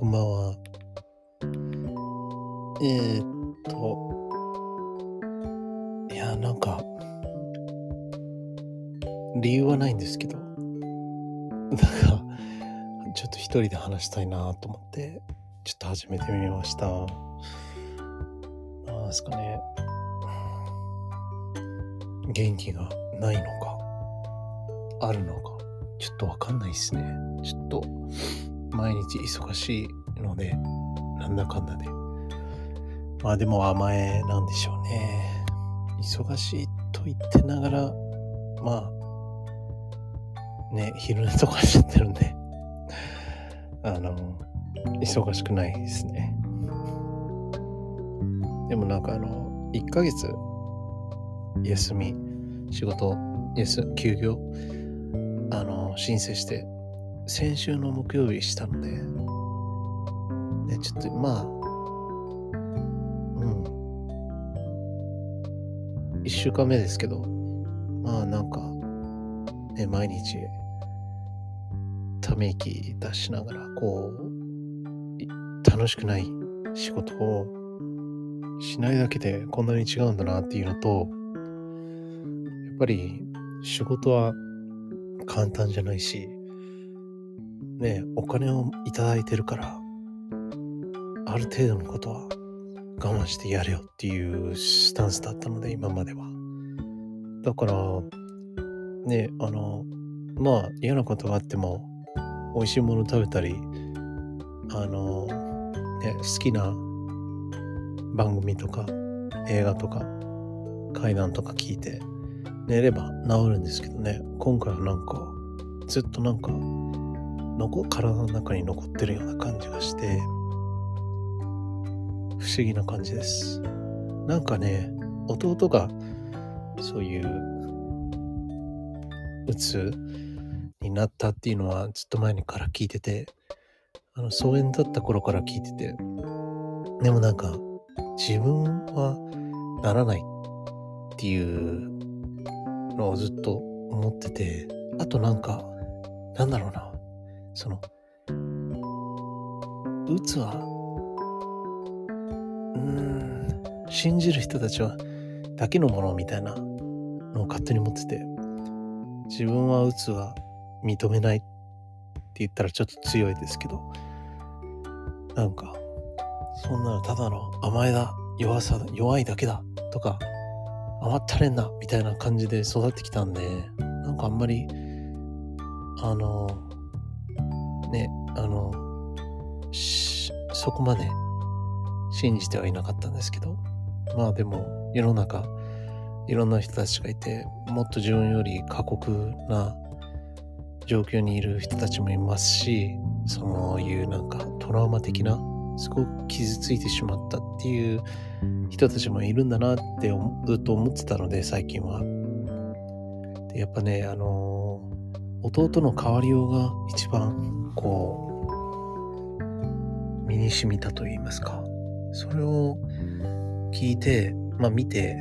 こんばんは。えーっと、なんか、理由はないんですけど、ちょっと一人で話したいなと思って、ちょっと始めてみました。なんですかね、元気がないのか、あるのか、ちょっとわかんないですね。ちょっと、毎日忙しいので、なんだかんだで。でも甘えなんでしょうね。忙しいと言ってながら、昼寝とかしちゃってるんで、忙しくないですね。でも1ヶ月休み、仕事、休業、申請して、先週の木曜日したので、ちょっと1週間目ですけど、毎日、ため息出しながら、楽しくない仕事をしないだけでこんなに違うんだなっていうのと、やっぱり仕事は簡単じゃないし、お金をいただいてるから、ある程度のことは我慢してやれよっていうスタンスだったので、今までは。だから、嫌なことがあっても、美味しいもの食べたり、好きな番組とか映画とか怪談とか聞いて寝れば治るんですけどね、今回はずっと体の中に残ってるような感じがして不思議な感じです。弟がそういううつになったっていうのはずっと前にから聞いてて、疎遠だった頃から聞いてて、でも自分はならないっていうのをずっと思ってて、あとうつは信じる人たちはだけのものみたいなのを勝手に持ってて、自分はうつは認めないって言ったらちょっと強いですけど、そんなのただの甘えだ、弱いだけだとか、甘ったれんなみたいな感じで育ってきたんで、あんまりそこまで信じてはいなかったんですけど、でも世の中いろんな人たちがいて、もっと自分より過酷な状況にいる人たちもいますし、そういうトラウマ的な、すごく傷ついてしまったっていう人たちもいるんだなってずっと思ってたので、最近は。でやっぱね、弟の変わりようが一番身に染みたと言いますか、それを聞いて見て、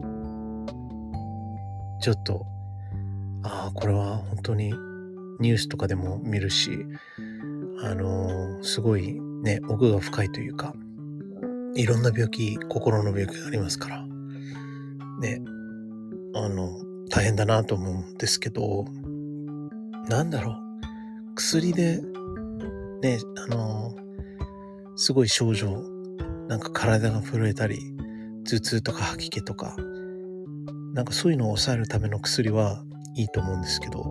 ちょっとこれは本当にニュースとかでも見るし、すごい奥が深いというか、いろんな心の病気がありますから大変だなと思うんですけど、薬ですごい症状、体が震えたり、頭痛とか吐き気とか、そういうのを抑えるための薬はいいと思うんですけど、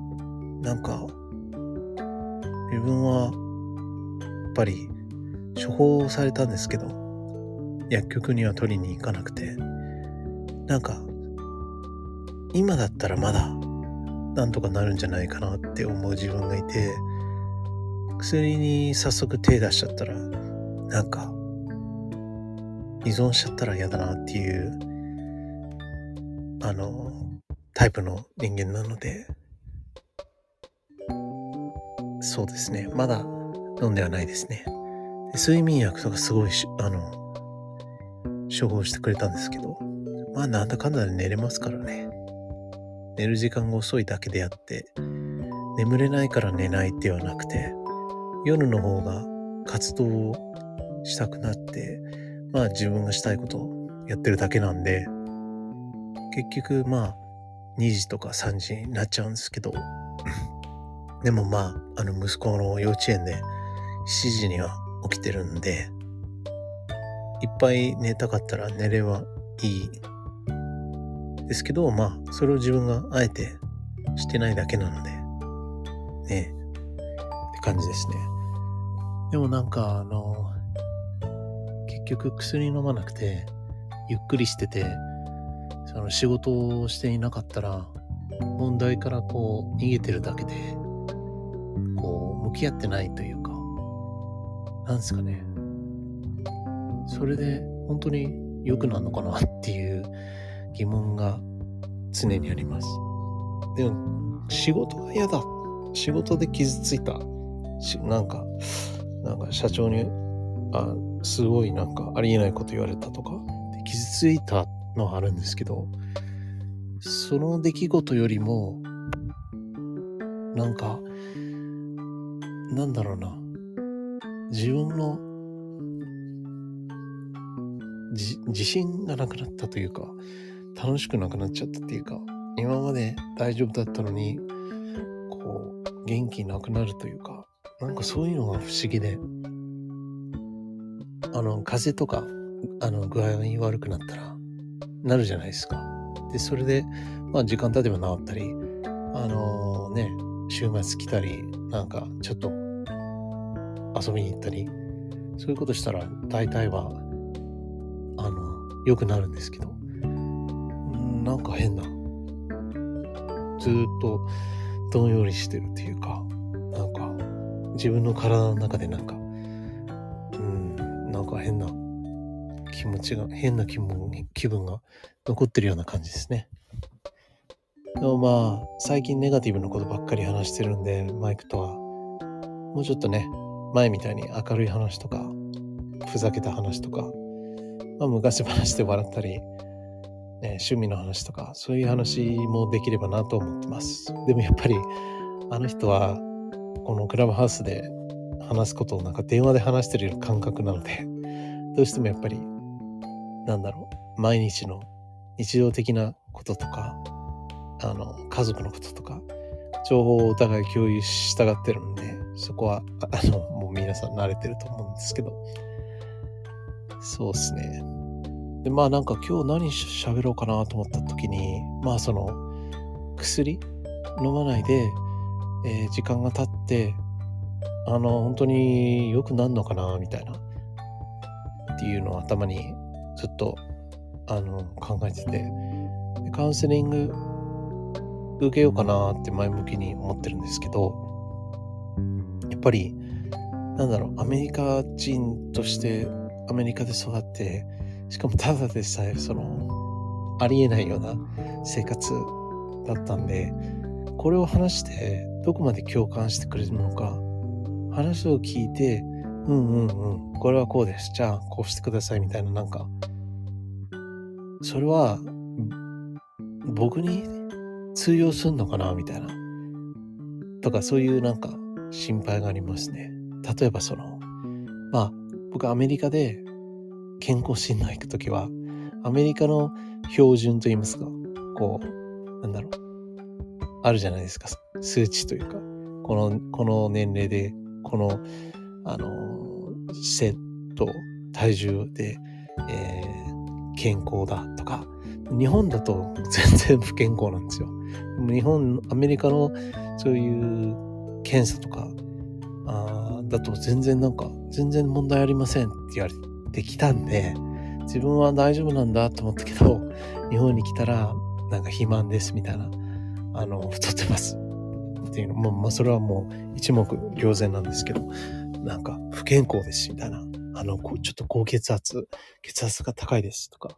自分はやっぱり処方されたんですけど、薬局には取りに行かなくて、今だったらまだなんとかなるんじゃないかなって思う自分がいて、薬に早速手出しちゃったら依存しちゃったら嫌だなっていうタイプの人間なので、そうですね、まだ飲んではないですね。で睡眠薬とかすごい処方してくれたんですけど、なんだかんだで寝れますからね。寝る時間が遅いだけであって、眠れないから寝ないではなくて、夜の方が活動をしたくなって、まあ自分がしたいことをやってるだけなんで、結局まあ2時とか3時になっちゃうんですけど、でもまあ息子の幼稚園で7時には起きてるんで、いっぱい寝たかったら寝ればいいですけど、まあそれを自分があえてしてないだけなのでねって感じですね。でもなんか結局薬飲まなくてゆっくりしてて、その仕事をしていなかったら問題からこう逃げてるだけでこう向き合ってないというか、なんですかね、それで本当に良くなるのかなっていう疑問が常にあります。でも仕事が嫌だ、仕事で傷ついたなんか社長にすごいなんかありえないこと言われたとかで傷ついたのはあるんですけど、その出来事よりもなんかなんだろうな、自分の自信がなくなったというか、楽しくなくなっちゃったっていうか、今まで大丈夫だったのにこう元気なくなるというか、なんかそういうのが不思議で、風邪とか具合が悪くなったらなるじゃないですか。でそれでまあ時間経てば治ったり、週末来たり、なんかちょっと遊びに行ったり、そういうことしたら大体は良くなるんですけど、なんか変な、ずっとどんよりしてるっていうか、なんか自分の体の中でなんか変な気持ちが、変な気分が残ってるような感じですね。でもまあ最近ネガティブなことばっかり話してるんで、マイクとはもうちょっとね、前みたいに明るい話とかふざけた話とか、昔話で笑ったり、趣味の話とかそういう話もできればなと思ってます。でもやっぱりあの人はこのクラブハウスで話すことをなんか電話で話してるような感覚なので、どうしてもやっぱり毎日の日常的なこととか、家族のこととか情報をお互い共有したがってるんで、そこはもう皆さん慣れてると思うんですけど、そうですね。でなんか今日何喋ろうかなと思った時に、その薬飲まないで、時間が経って本当に良くなるのかなみたいなっていうのを頭にずっと考えてて、でカウンセリング受けようかなって前向きに思ってるんですけど、やっぱりアメリカ人としてアメリカで育って、しかもただでさえありえないような生活だったんで、これを話してどこまで共感してくれるのか、話を聞いてこれはこうです、じゃあこうしてくださいみたいな、なんかそれは僕に通用するのかなみたいなとか、そういうなんか心配がありますね。例えば僕アメリカで健康診断行くときはアメリカの標準といいますか、あるじゃないですか、数値というか、この年齢でこの背と体重で、健康だとか。日本だと全然不健康なんですよ。でもアメリカのそういう検査とかだと全然問題ありませんって言われてきたんで、自分は大丈夫なんだと思ったけど、日本に来たらなんか肥満ですみたいな、太ってますっていうのも、それはもう一目瞭然なんですけど、なんか不健康ですみたいな、ちょっと高血圧が高いですとか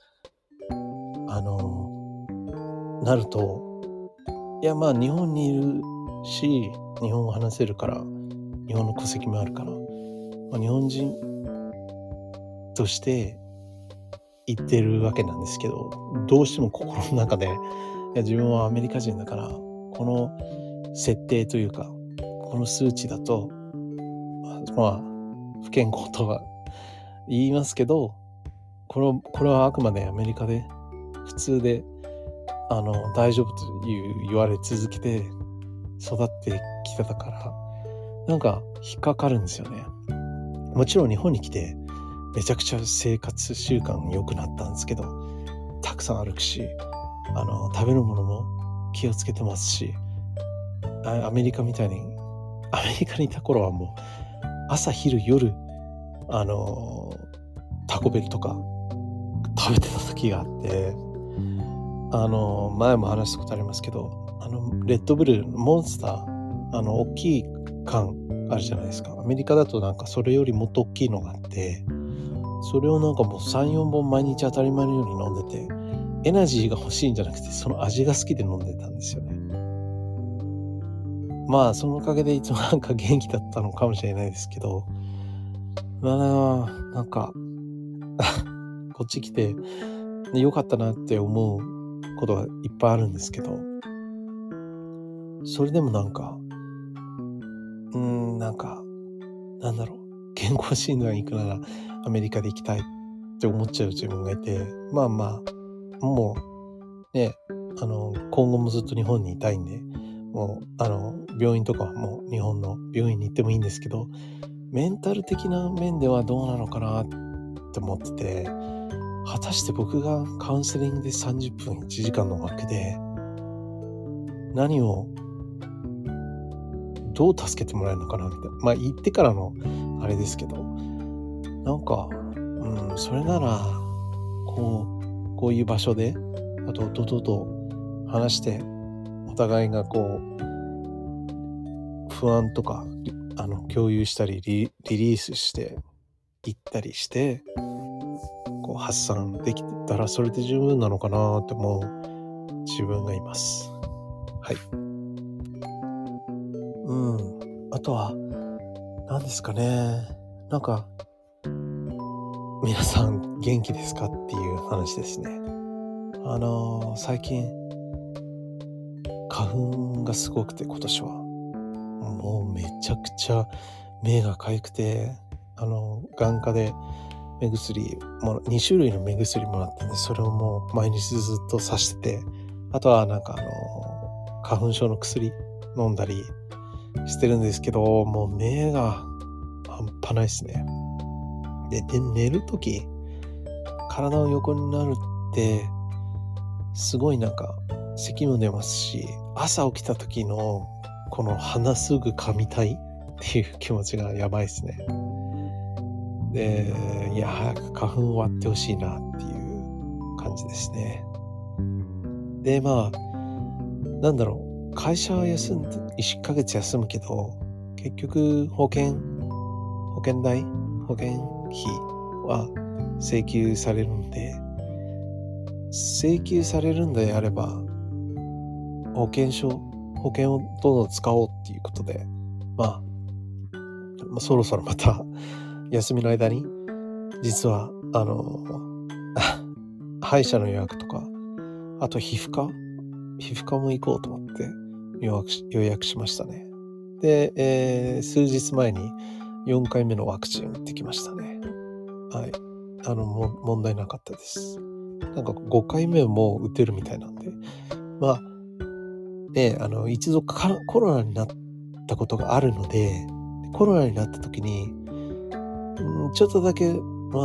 なると、いや日本にいるし、日本語話せるから、日本の戸籍もあるから、日本人として言ってるわけなんですけど、どうしても心の中で、いや自分はアメリカ人だから、この設定というかこの数値だと不健康とは言いますけど、これはあくまでアメリカで普通で大丈夫と言われ続けて育ってきてたから、なんか引っかかるんですよね。もちろん日本に来てめちゃくちゃ生活習慣良くなったんですけど、たくさん歩くし、食べるものも気をつけてますし、アメリカにいた頃はもう朝昼夜タコベルとか食べてた時があって、前も話したことありますけど、レッドブルモンスター大きい缶あるじゃないですか。アメリカだとなんかそれよりもっと大きいのがあって、それをなんかもう 3,4 本毎日当たり前のように飲んでて、エナジーが欲しいんじゃなくてその味が好きで飲んでたんですよね。まあそのおかげでいつもなんか元気だったのかもしれないですけど、なんかこっち来て良かったなって思うことがいっぱいあるんですけど、それでもなんだろう、健康診断行くならアメリカで行きたいって思っちゃう自分がいて、もうね、今後もずっと日本にいたいんで、もう病院とかはもう日本の病院に行ってもいいんですけど、メンタル的な面ではどうなのかなって思ってて、果たして僕がカウンセリングで30分1時間の枠で何をどう助けてもらえるのかなみたいな。まあ言ってからのあれですけど、なんか、それならこういう場所で、あと弟と話してお互いが不安とか共有したりリリースしていったりして発散できたらそれで十分なのかなって思う自分がいます。はい。あとは何ですかね。なんか皆さん元気ですかっていう話ですね。最近花粉がすごくて、今年はもうめちゃくちゃ目がかゆくて、眼科で目薬も2種類の目薬もらったんで、それをもう毎日ずっとさしてて、あとはなんか花粉症の薬飲んだりしてるんですけど、もう目が半端ないですね。で寝るとき体を横になるってすごいなんか咳も出ますし、朝起きた時のこの鼻すぐ噛みたいっていう気持ちがやばいですね。で、いや早く花粉終わってほしいなっていう感じですね。でなんだろう、会社は休んで1ヶ月休むけど、結局保険費は請求されるんで、あれば保険をどんどん使おうっていうことで、そろそろまた休みの間に実は歯医者の予約とか、あと皮膚科も行こうと思って予約しましたね。で、数日前に4回目のワクチン打ってきましたね。はい。問題なかったです。なんか5回目も打てるみたいなんで、一度コロナになったことがあるので、コロナになった時に、ちょっとだけ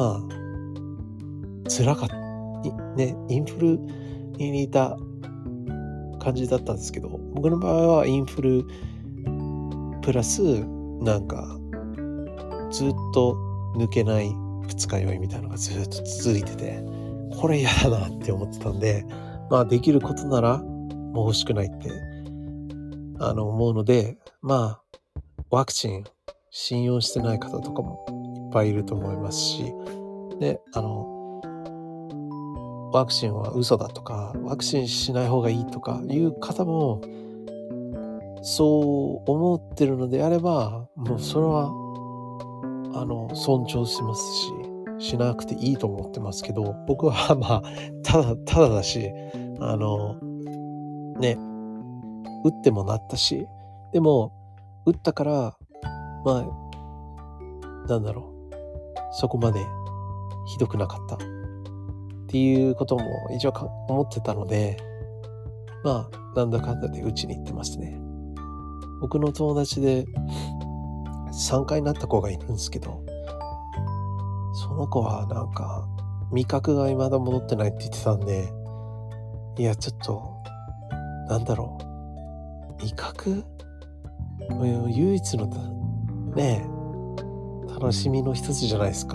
辛かったね、インフルに似た感じだったんですけど、僕の場合はインフルプラスなんかずっと抜けない二日酔いみたいなのがずっと続いてて、これ嫌だなって思ってたんで、できることならもう欲しくないって思うので、ワクチン信用してない方とかもいっぱいいると思いますし、でワクチンは嘘だとか、ワクチンしない方がいいとかいう方もそう思ってるのであれば、もうそれは尊重しますし、しなくていいと思ってますけど、僕はただだし、打ってもなったし、でも打ったからなんだろう、そこまでひどくなかったっていうことも一応思ってたので、まあなんだかんだでうちに行ってますね。僕の友達で3回なった子がいるんですけど、その子はなんか味覚が未だ戻ってないって言ってたんで、いやちょっとなんだろう、味覚唯一のね楽しみの一つじゃないですか。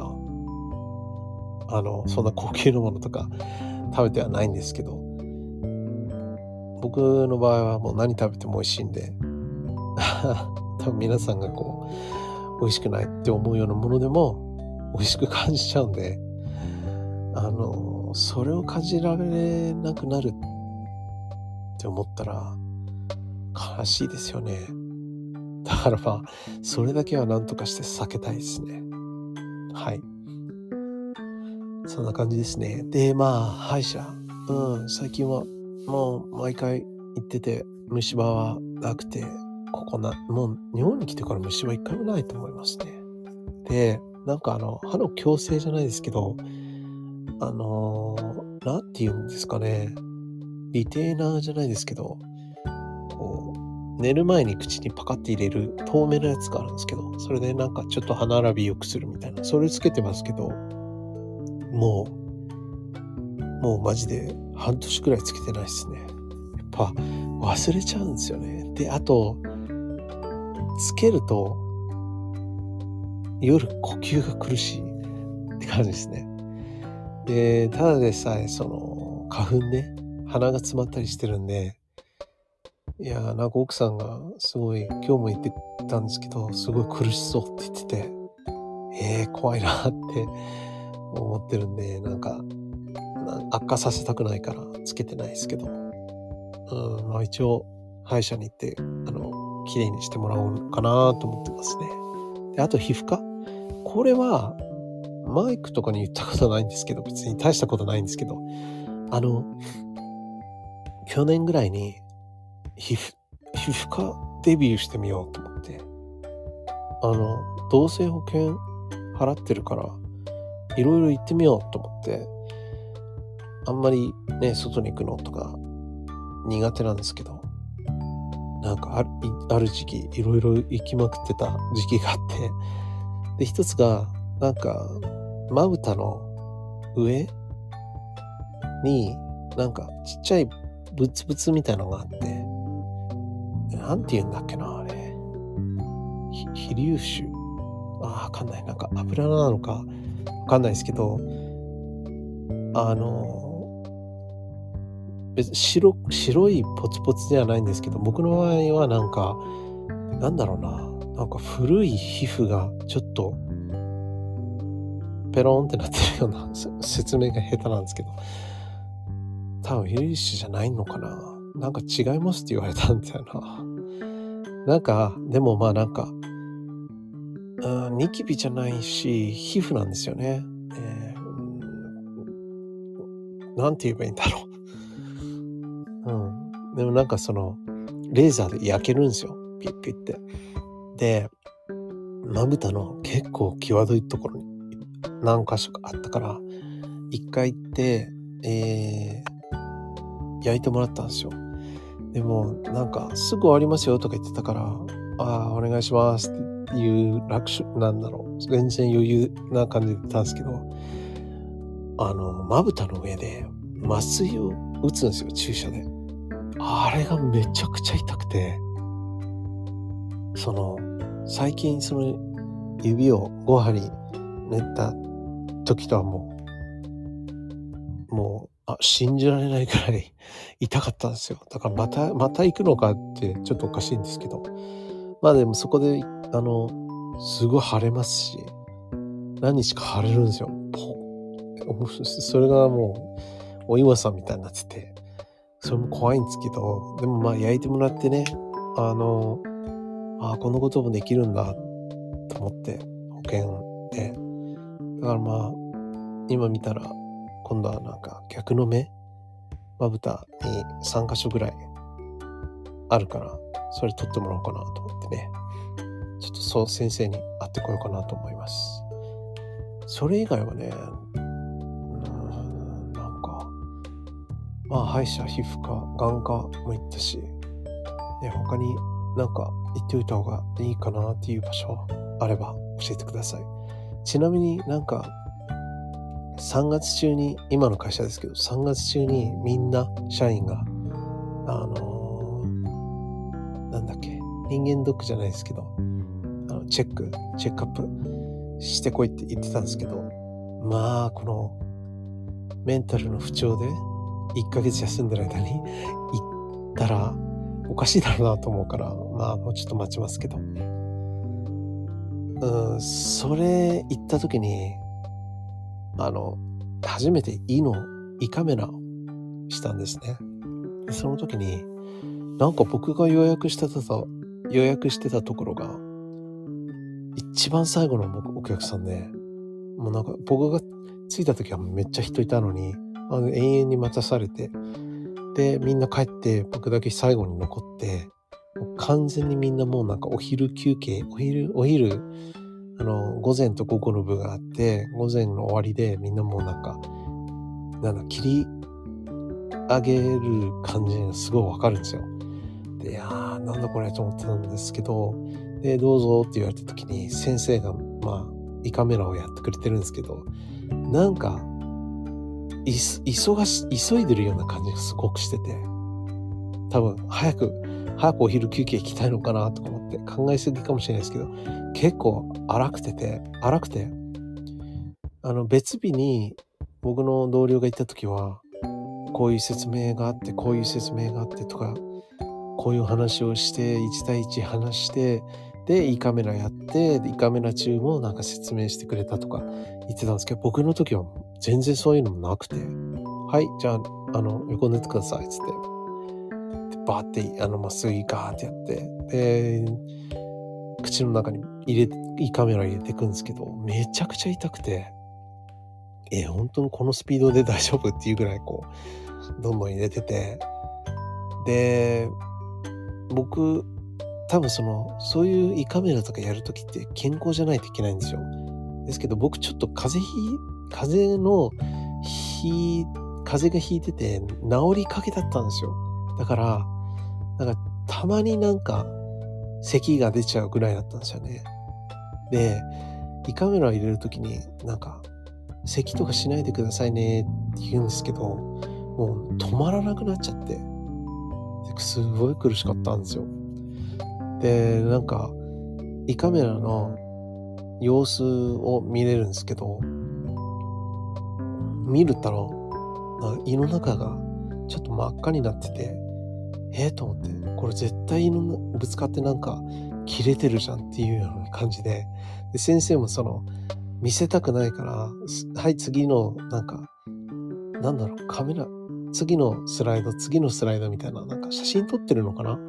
そんな高級なものとか食べてはないんですけど、僕の場合はもう何食べても美味しいんで多分皆さんがこう美味しくないって思うようなものでも美味しく感じちゃうんで、それを感じられなくなるって思ったら悲しいですよね。だからまあそれだけは何とかして避けたいですね。はい、そんな感じですね。でまあ歯医者、最近はもう毎回行ってて虫歯はなくて、もう日本に来てから虫歯一回もないと思いますね。でなんか歯の矯正じゃないですけど、なんて言うんですかね、リテーナーじゃないですけど、こう寝る前に口にパカッて入れる透明なやつがあるんですけど、それでなんかちょっと歯並び良くするみたいな、それつけてますけど、もうマジで半年くらいつけてないですね。やっぱ忘れちゃうんですよね。であとつけると夜呼吸が苦しいって感じですね。でただでさえその花粉で鼻が詰まったりしてるんで、いやなんか奥さんがすごい今日も言ってたんですけど、すごい苦しそうって言ってて、怖いなって思ってるんで、なんか悪化させたくないからつけてないですけど、まあ一応歯医者に行って綺麗にしてもらおうかなと思ってますね。であと皮膚科、これはマイクとかに言ったことないんですけど、別に大したことないんですけど、去年ぐらいに皮膚科デビューしてみようと思って、同性保険払ってるからいろいろ行ってみようと思って、あんまりね外に行くのとか苦手なんですけど、なんかある時期いろいろ行きまくってた時期があって、で一つがなんかまぶたの上になんかちっちゃいブツブツみたいなのがあって、なんて言うんだっけなあれ、飛粒子、わかんない、なんか油なのかわかんないですけど、別に白いポツポツではないんですけど、僕の場合はなんかなんだろうな、なんか古い皮膚がちょっとペロンってなってるような説明が下手なんですけど、多分飛粒子じゃないのかな、なんか違いますって言われたんだよな。なんかでもまあなんかニキビじゃないし皮膚なんですよね。なんて言えばいいんだろう。でもなんかそのレーザーで焼けるんですよ、ピッピッて。でまぶたの結構際どいところに何箇所かあったから一回行って、焼いてもらったんですよ。でもなんかすぐ終わりますよとか言ってたから、お願いしますっていうなんだろう、全然余裕な感じで言ったんですけど、まぶたの上で麻酔を打つんですよ、注射で。あれがめちゃくちゃ痛くて、最近その指を5針縫った時とはもう信じられないくらい痛かったんですよ。だからまた行くのかってちょっとおかしいんですけど、まあでもそこですごい腫れますし、何日か腫れるんですよ。それがもうお岩さんみたいになってて、それも怖いんですけど、でもまあ焼いてもらってね、こんなこともできるんだと思って、保険で。だからまあ今見たら今度はなんか逆の目、まぶたに3箇所ぐらいあるから、それ取ってもらおうかなと思ってね、 ちょっとそう先生に会ってこようかなと思います。それ以外はね、なんか、まあ歯医者、皮膚科、眼科も行ったし、他になんか行っておいた方がいいかなっていう場所あれば教えてください。ちなみになんか3月中に、今の会社ですけど、3月中にみんな社員が、なんだっけ、人間ドックじゃないですけど、チェックアップしてこいって言ってたんですけど、まあ、このメンタルの不調で1ヶ月休んでる間に行ったらおかしいだろうなと思うから、まあ、もうちょっと待ちますけど。それ行った時に、初めて胃カメラをしたんですね。でその時に、なんか僕が予約してたところが、一番最後のお客さんで、もうなんか僕が着いた時はめっちゃ人いたのに、永遠に待たされて、で、みんな帰って僕だけ最後に残って、もう完全にみんなもうなんかお昼休憩、お昼、午前と午後の部があって、午前の終わりでみんなもう切り上げる感じがすごいわかるんですよ。で、いやー、なんだこれと思ってたんですけど、で、どうぞって言われた時に先生が、胃カメラをやってくれてるんですけど、なんか、急いでるような感じがすごくしてて、多分早くお昼休憩行きたいのかなとか思って考えすぎかもしれないですけど、結構荒くて、別日に僕の同僚が行った時は、こういう説明があってとか、こういう話をして、1対1話して、で、胃カメラやって、胃カメラ中もなんか説明してくれたとか言ってたんですけど、僕の時は全然そういうのもなくて、はい、じゃあ、横寝てください、つって。でバーって、まっすぐガーってやって、で、口の中に胃カメラ入れていくんですけど、めちゃくちゃ痛くて、本当にこのスピードで大丈夫っていうぐらいどんどん入れてて、で、僕、多分そういう胃カメラとかやるときって健康じゃないといけないんですよ。ですけど僕ちょっと風邪がひいてて治りかけだったんですよ。だから、たまに咳が出ちゃうぐらいだったんですよね。で、胃カメラを入れるときに咳とかしないでくださいねって言うんですけど、もう止まらなくなっちゃって、すごい苦しかったんですよ。で、胃カメラの様子を見れるんですけど、見るたら、胃の中がちょっと真っ赤になってて、と思って、これ絶対胃のぶつかって切れてるじゃんっていうような感じで、先生も見せたくないから、はい、次のカメラ、次のスライドみたいな、写真撮ってるのかな、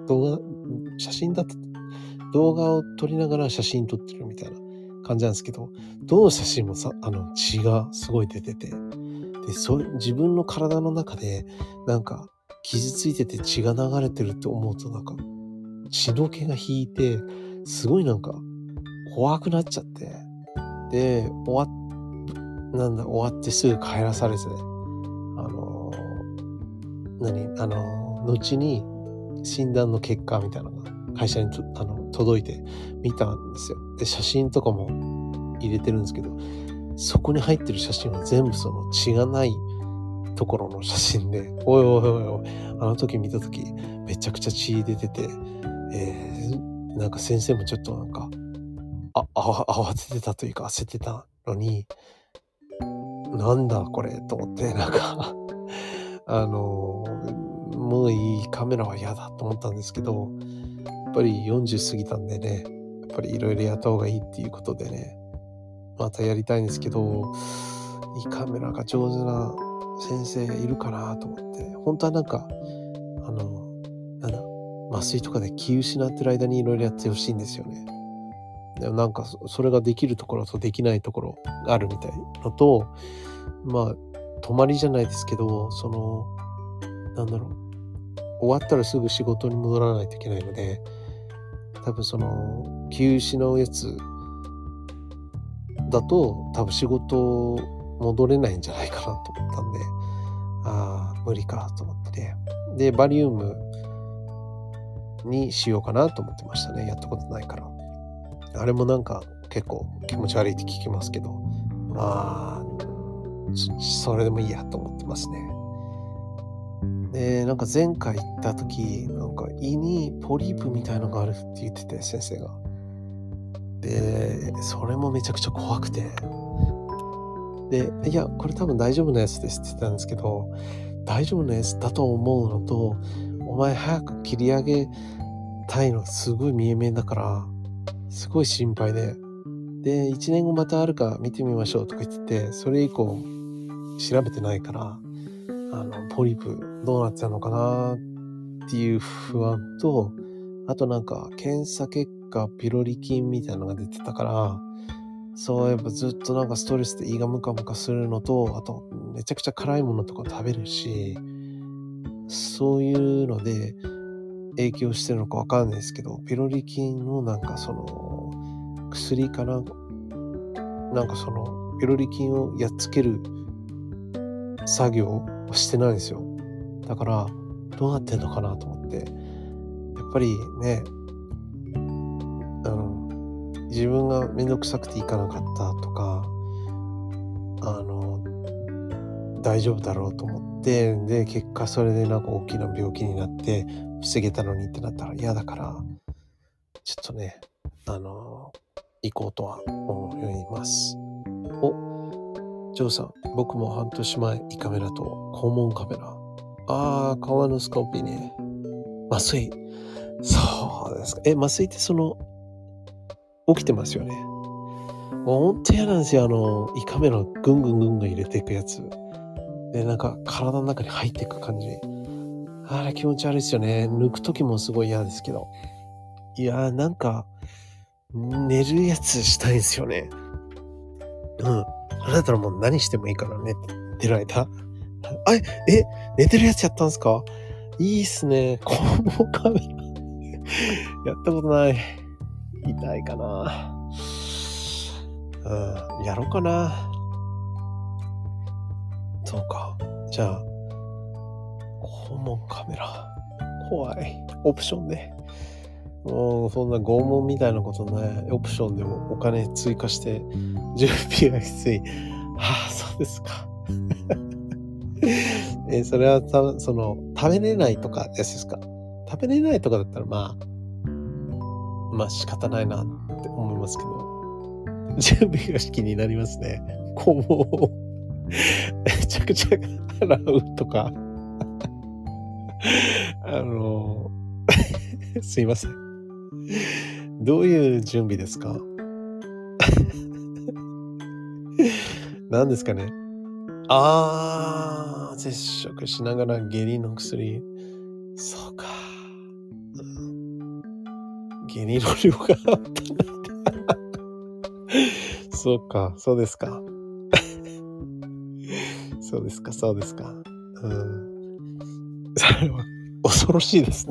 動画を撮りながら写真撮ってるみたいな感じなんですけど、どの写真も血がすごい出てて、で、自分の体の中で傷ついてて血が流れてるって思うと血の気が引いて、すごい怖くなっちゃって、で、終わってすぐ帰らされて、後に診断の結果みたいなのが会社に届いて見たんですよ。で、写真とかも入れてるんですけど、そこに入ってる写真は全部血がないところの写真で、おいおいおいおい、あの時見た時めちゃくちゃ血出てて、先生もちょっと慌ててたというか焦ってたのに、なんだこれと思って、もういい、カメラは嫌だと思ったんですけど、やっぱり40過ぎたんでね、やっぱりいろいろやった方がいいっていうことでね、またやりたいんですけど、いいカメラが上手な先生いるかなと思って、本当は麻酔とかで気失ってる間にいろいろやってほしいんですよね。でもそれができるところとできないところがあるみたいのと、泊まりじゃないですけど、終わったらすぐ仕事に戻らないといけないので、多分気失うやつだと多分仕事戻れないんじゃないかなと思ったんで、無理かと思って、でバリウムにしようかなと思ってましたね。やったことないから。あれもなんか結構気持ち悪いって聞きますけど、それでもいいやと思ってますね。でなんか前回行った時、なんか胃にポリープみたいのがあるって言ってて、先生が。でそれもめちゃくちゃ怖くて、でいやこれ多分大丈夫なやつですって言ったんですけど、大丈夫なやつだと思うのと、お前早く切り上げたいのすごい見え見えだからすごい心配で、で1年後またあるか見てみましょうとか言ってて、それ以降調べてないから、ポリプどうなってたのかなっていう不安と、あとなんか検査結果ピロリ菌みたいなのが出てたから、そうやっぱずっとなんかストレスで胃がムカムカするのと、あとめちゃくちゃ辛いものとか食べるし、そういうので影響してるのかわかんないですけど、ピロリ菌のなんかその薬かな、なんかそのピロリ菌をやっつける作業をしてないんですよ。だからどうなってんのかなと思って、やっぱりね、自分がめんどくさくて行かなかったとか、大丈夫だろうと思って、で結果それでなんか大きな病気になって防げたのにってなったら嫌だから、ちょっとね行こうとは思います。ジョーさん、僕も半年前胃カメラと肛門カメラ、コロノスコピーね、麻酔、そうですか。麻酔って起きてますよね。もうほんと嫌なんですよ。胃カメラぐんぐん入れていくやつで、なんか体の中に入っていく感じ、あれ気持ち悪いですよね。抜く時もすごい嫌ですけど、いやなんか寝るやつしたいんですよね。それだったらもう何してもいいからね、寝てる間。寝てるやつやったんすか？いいっすね。肛門カメラやったことない。痛いかな。やろうかな。そうか。じゃあ肛門カメラ怖い。オプションで。もうそんな拷問みたいなことない。オプションでもお金追加して準備がきつい。そうですか。それは食べれないとかやつですか？食べれないとかだったらまあ仕方ないなって思いますけど、準備が気になりますね。肛門をめちゃくちゃ洗うとかすいません。どういう準備ですか？何ですかね。接触しながら下痢の薬。そうか。下痢の量があったなそうか、そうですか。そうですか。それは恐ろしいですね。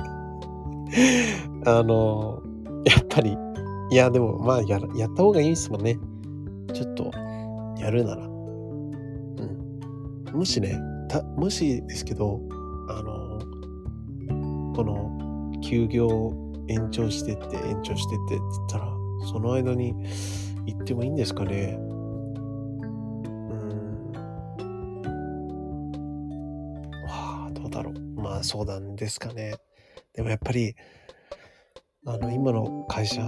やっぱり、いやでもやった方がいいですもんね。ちょっとやるなら。もしですけど、この休業延長してってって言ったら、その間に行ってもいいんですかね。どうだろう。そうなんですかね。でもやっぱり今の会社、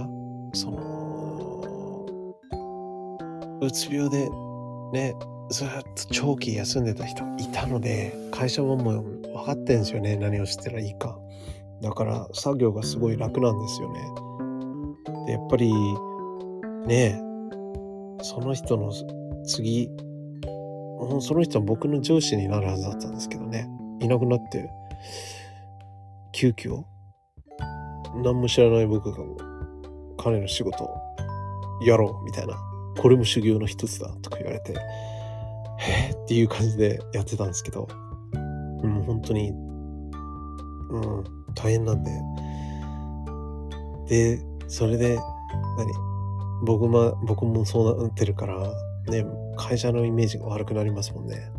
うつ病でね、ずっと長期休んでた人いたので、会社ももう分かってんですよね、何をしたらいいか。だから作業がすごい楽なんですよね。でやっぱりね、その人の次、その人は僕の上司になるはずだったんですけどね、いなくなって急遽何も知らない僕が彼の仕事をやろうみたいな、これも修行の一つだとか言われて、っていう感じでやってたんですけど、本当に大変なんで、 それで、僕もそうなってるから、ね、会社のイメージが悪くなりますもんね。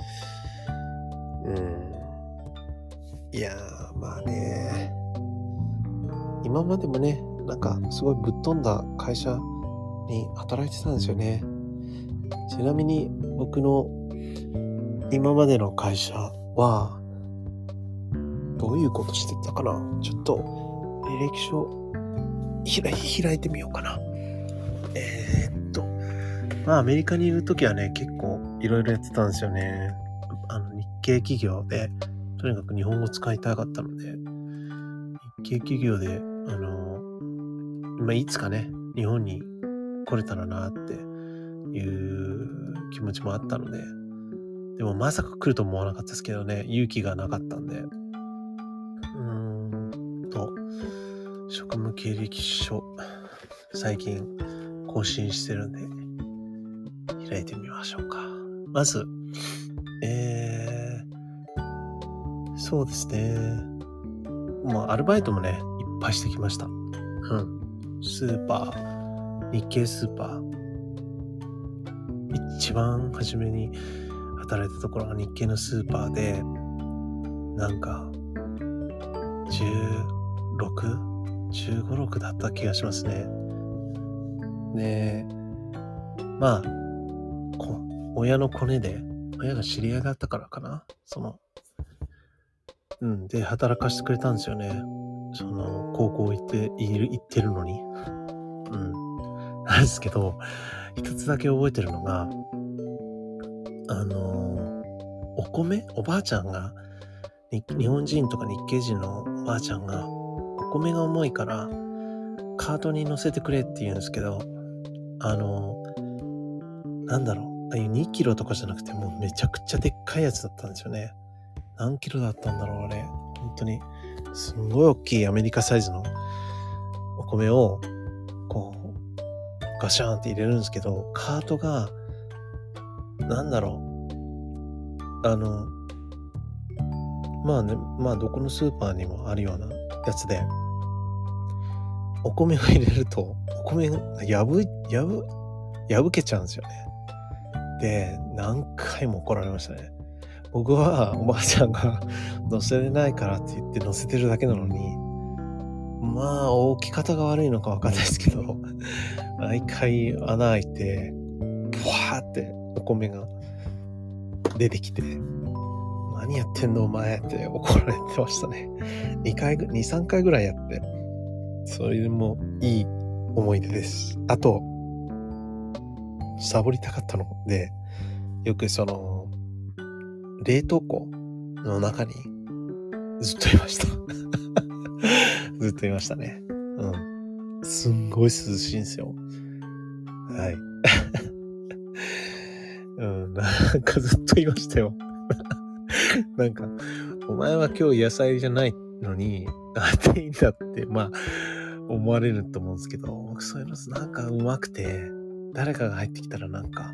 いやー、まあね、今までもね、なんかすごいぶっ飛んだ会社に働いてたんですよね。ちなみに僕の今までの会社はどういうことしてたかな。ちょっと履歴書開いてみようかな。まあアメリカにいるときはね、結構いろいろやってたんですよね。日系企業でとにかく日本語使いたかったので、日系企業でいつかね日本に来れたらなっていう気持ちもあったので、でもまさか来ると思わなかったですけどね、勇気がなかったんで、職務経歴書最近更新してるんで開いてみましょうか。まずそうですね、もうアルバイトもねいっぱいしてきました。スーパー、日系スーパー、一番初めに働いたところが日系のスーパーで、なんか15、16だった気がしますね。で、まあ親のコネで、親が知り合いだったからかな、で働かしてくれたんですよね。高校行ってるのに。なんですけど、一つだけ覚えてるのが、おばあちゃんが、日本人とか日系人のおばあちゃんが、お米が重いから、カートに乗せてくれって言うんですけど、2キロとかじゃなくて、もうめちゃくちゃでっかいやつだったんですよね。何キロだったんだろう、あれ。本当に、すんごい大きいアメリカサイズのお米を、ガシャーンって入れるんですけど、カートが、どこのスーパーにもあるようなやつで、お米を入れると、お米が破けちゃうんですよね。で、何回も怒られましたね。僕はおばあちゃんが乗せれないからって言って乗せてるだけなのに、まあ置き方が悪いのかわかんないですけど、毎回穴開いて、ブワーってお米が出てきて、何やってんのお前って怒られてましたね。2、3回ぐらいやって、それでもいい思い出です。あと、サボりたかったので、よく冷凍庫の中にずっといました。ずっといましたね。すんごい涼しいんですよ。はい。なんかずっといましたよ。なんか、お前は今日野菜じゃないのに、なんでいいんだって、思われると思うんですけど、僕そういうのなんかうまくて、誰かが入ってきたらなんか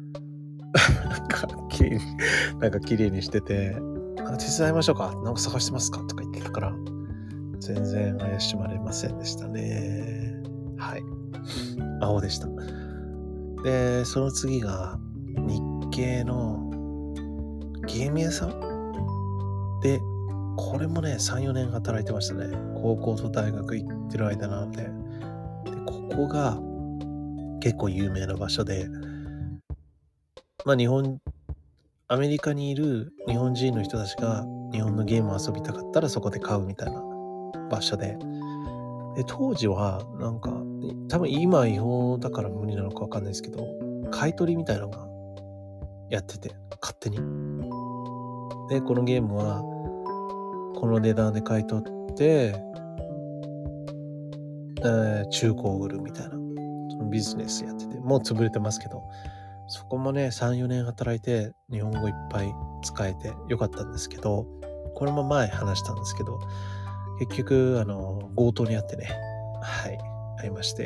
綺麗にしてて、手伝いましょうか、なんか探してますかとか言ってたから、全然怪しまれませんでしたね。はい。青でした。で、その次が日系のゲーム屋さんで、これもね 3,4 年働いてましたね。高校と大学行ってる間なので、ここが結構有名な場所で、アメリカにいる日本人の人たちが日本のゲームを遊びたかったらそこで買うみたいな場所で、当時はなんか多分今違法だから無理なのか分かんないですけど、買い取りみたいなのがやってて、勝手に。で、このゲームはこの値段で買い取って、中古を売るみたいな、そのビジネスやってて、もう潰れてますけど、そこもね 3,4 年働いて日本語いっぱい使えてよかったんですけど、これも前話したんですけど、結局強盗にあってね、会いまして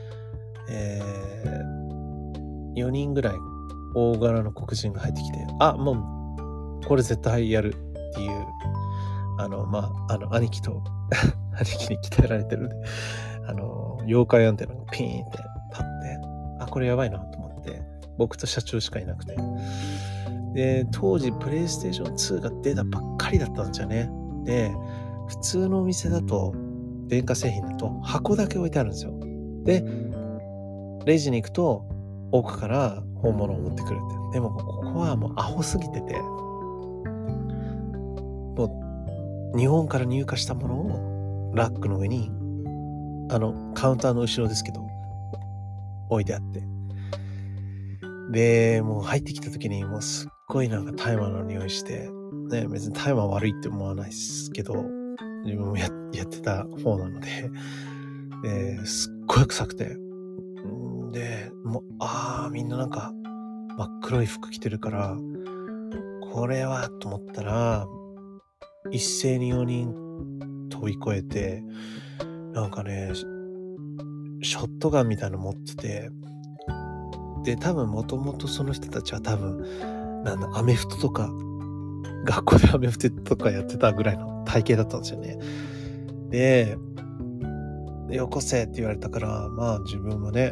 、4人ぐらい大柄の黒人が入ってきて、もうこれ絶対やるっていう、兄貴に鍛えられてるんで、 妖怪アンテナがピーンって立って、あ、これやばいなと思って、僕と社長しかいなくて。で、当時プレイステーション2が出たばっかりだったんですよね。で、普通のお店だと、電化製品だと箱だけ置いてあるんですよ。で、レジに行くと奥から本物を持ってくるって。でもここはもうアホすぎてて、もう日本から入荷したものをラックの上に、カウンターの後ろですけど、置いてあって。で、もう入ってきた時にもうすっごいなんか大麻の匂いして、ね、別に大麻悪いって思わないですけど、自分もやってた方なので、すっごい臭くて。で、もう、みんななんか真っ黒い服着てるから、これはと思ったら、一斉に4人飛び越えて、なんかね、ショットガンみたいなの持ってて、で、多分もともとその人たちは多分、アメフトとか、学校でアメフトとかやってたぐらいの体型だったんですよね。で、よこせって言われたから、まあ自分もね、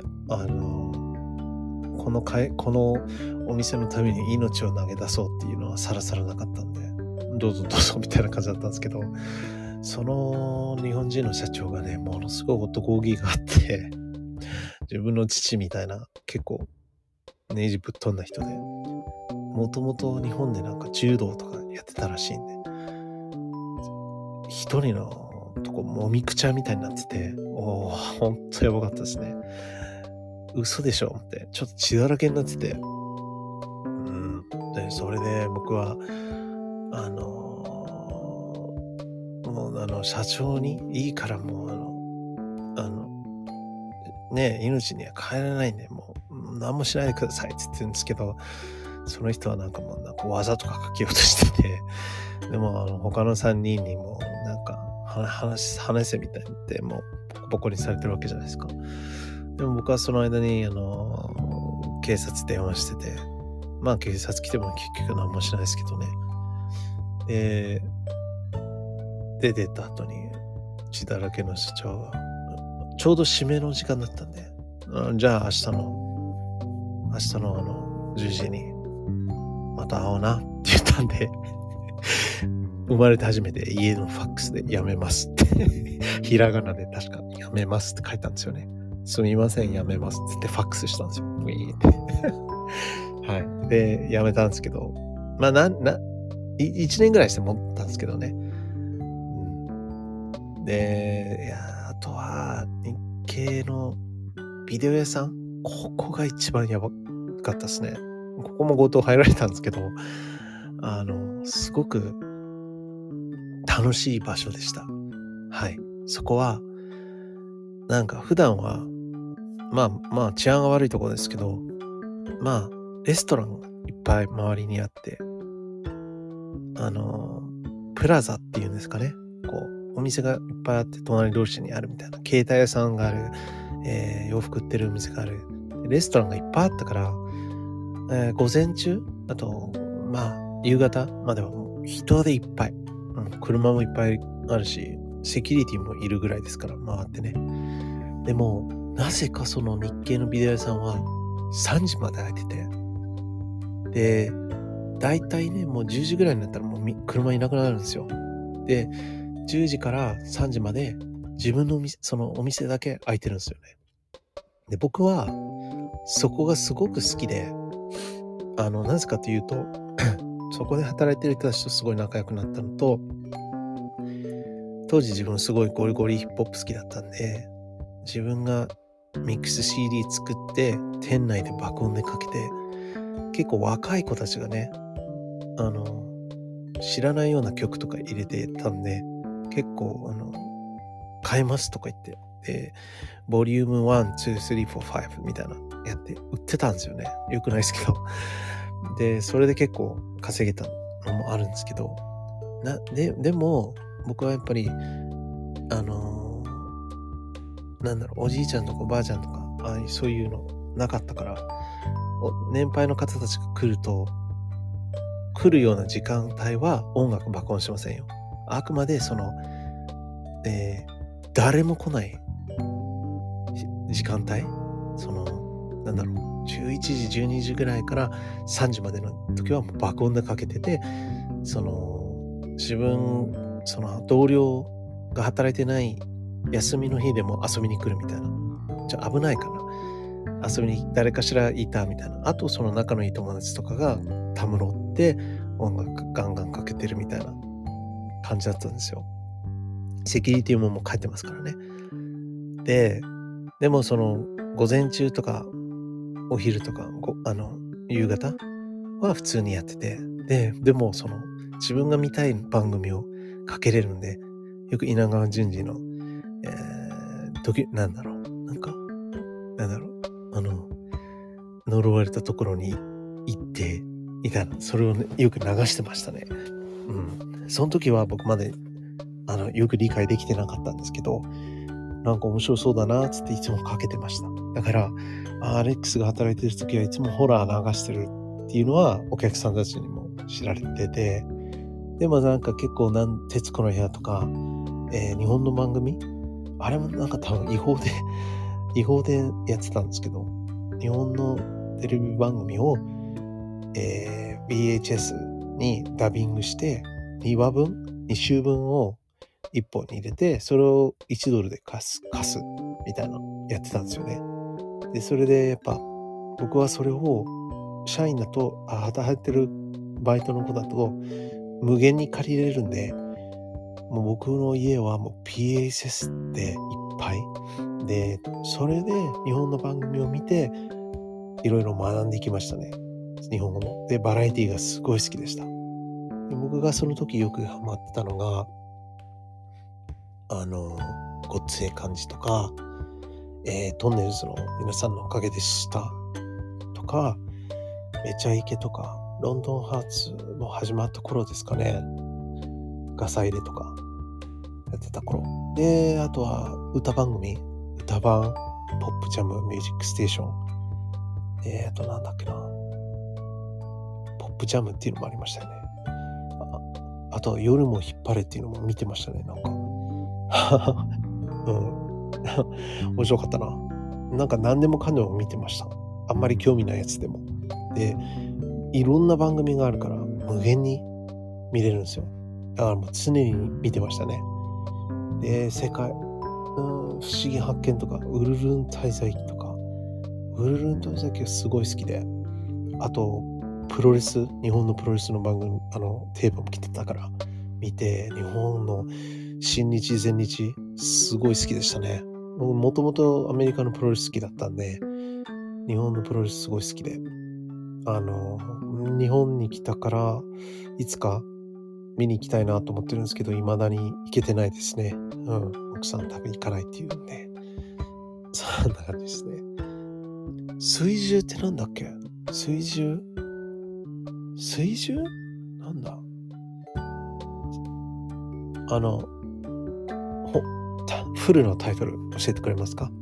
このお店のために命を投げ出そうっていうのはさらさらなかったんで、どうぞどうぞみたいな感じだったんですけど、その日本人の社長がね、ものすごい男気があって、自分の父みたいな結構ネジぶっ飛んだ人で、もともと日本でなんか柔道とかやってたらしいんで、一人のとこもみくちゃみたいになってて、ほんとやばかったですね。嘘でしょって、ちょっと血だらけになってて、で、それで僕は、もう社長にいいからもうね、命には変えられないんで、もう何もしないでくださいって言ってるんですけど、その人はなんかもうなんか技とか書きようとしてて、でも他の3人にもなんか話せみたいに言ってもうボコボコにされてるわけじゃないですか。でも僕はその間に警察電話してて、まあ警察来ても結局何もしないですけどね。で出た後に血だらけの社長がちょうど締めの時間だったんで、じゃあ明日の10時にまた会おうなって言ったんで生まれて初めて家のファックスでやめますってひらがなで確かやめますって書いたんですよね。すみません、やめますって言ってファックスしたんですよ。ウィーってはい。で、やめたんですけど、まあ1年ぐらいして持ったんですけどね。で、あとは日系のビデオ屋さん、ここが一番やばかったですね。ここも強盗入られたんですけど、すごく楽しい場所でした。はい。そこはなんか普段はまあ治安が悪いところですけど、まあレストランがいっぱい周りにあって、プラザっていうんですかね。こうお店がいっぱいあって隣同士にあるみたいな、携帯屋さんがある、洋服売ってるお店がある、レストランがいっぱいあったから、午前中、あとまあ夕方まではもう人でいっぱい、車もいっぱいあるし、セキュリティもいるぐらいですから回ってね。でもなぜかその日系のビデオ屋さんは3時まで開いてて、でだいたいねもう10時ぐらいになったらもう車いなくなるんですよ。で10時から3時まで自分のそのお店だけ開いてるんですよね。で僕はそこがすごく好きで、なぜかというとそこで働いてる人たちとすごい仲良くなったのと、当時自分すごいゴリゴリヒップホップ好きだったんで、自分がミックス CD 作って店内で爆音でかけて、結構若い子たちがね知らないような曲とか入れてたんで、結構買えますとか言って、でボリューム1、2、3、4、5みたいなやって売ってたんですよね。よくないですけどでそれで結構稼げたのもあるんですけど、でも僕はやっぱりおじいちゃんとかおばあちゃんとかそういうのなかったから、年配の方たちが来るような時間帯は音楽爆音しませんよ。あくまで誰も来ない時間帯、11時、12時ぐらいから3時までの時はもう爆音でかけてて、同僚が働いてない休みの日でも遊びに来るみたいな。じゃあ危ないかな。遊びに誰かしらいたみたいな。あとその仲のいい友達とかがたむろって音楽ガンガンかけてるみたいな感じだったんですよ。セキュリティももう帰ってますからね。でも午前中とかお昼とか夕方は普通にやってて、でも自分が見たい番組をかけれるんで、よく稲川淳二の呪われたところに行っていたら、それを、ね、よく流してましたね。その時は僕までよく理解できてなかったんですけど、なんか面白そうだなっつっていつもかけてました。だからアレックスが働いてる時はいつもホラー流してるっていうのはお客さんたちにも知られてて、でもなんか結構徹子の部屋とか、日本の番組あれもなんか多分違法でやってたんですけど、日本のテレビ番組を、VHS にダビングして2週分を1本に入れて、それを$1で貸すみたいなのやってたんですよね。でそれでやっぱ僕はそれを社員だと働いてるバイトの子だと無限に借りれるんで、もう僕の家はもう PHS でいっぱいで、それで日本の番組を見ていろいろ学んでいきましたね。日本語も。でバラエティがすごい好きでした。で僕がその時よくハマってたのがごっつええ感じとか、トンネルズの皆さんのおかげでしたとか、めちゃイケとか、ロンドンハーツも始まった頃ですかね。ガサ入れとかやってた頃で、あとは歌番、ポップジャムミュージックステーション、あとなんだっけな、ポップジャムっていうのもありましたよね。あと夜も引っ張れっていうのも見てましたね。なんか面白かったな。なんか何でもかんでも見てました。あんまり興味ないやつでも。でいろんな番組があるから無限に見れるんですよ。だからもう常に見てましたね。で不思議発見とかウルルン滞在記とか、ウルルン滞在記がすごい好きで、あと日本のプロレスの番組テープも来てたから見て、日本の新日全日すごい好きでしたね。もともとアメリカのプロレス好きだったんで、日本のプロレスすごい好きで、日本に来たからいつか見に行きたいなと思ってるんですけど、未だに行けてないですね。奥さん多分行かないっていうんで、そんな感じですね。水獣ってなんだっけ？水獣なんだ？フルのタイトル教えてくれますか？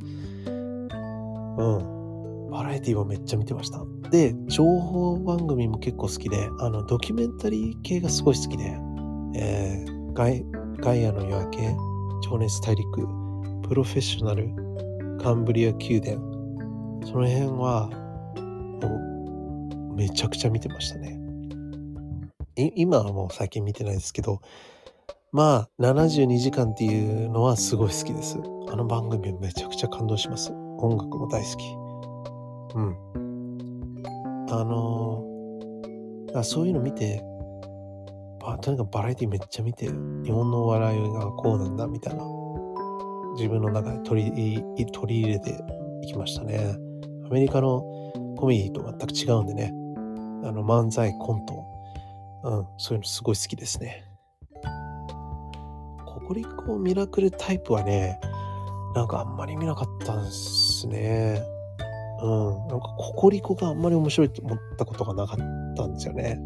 バラエティはめっちゃ見てました。で情報番組も結構好きで、ドキュメンタリー系がすごい好きで、ガイアの夜明け、情熱大陸、プロフェッショナル、カンブリア宮殿、その辺はもうめちゃくちゃ見てましたね。今はもう最近見てないですけど、まあ72時間っていうのはすごい好きです。あの番組めちゃくちゃ感動します。音楽も大好き。そういうの見て、とにかくバラエティめっちゃ見て、日本のお笑いがこうなんだみたいな、自分の中で取り入れていきましたね。アメリカのコメディと全く違うんでね、漫才コント、そういうのすごい好きですね。ココリコミラクルタイプはね、なんかあんまり見なかったんですね。なんかココリコがあんまり面白いと思ったことがなかったんですよね。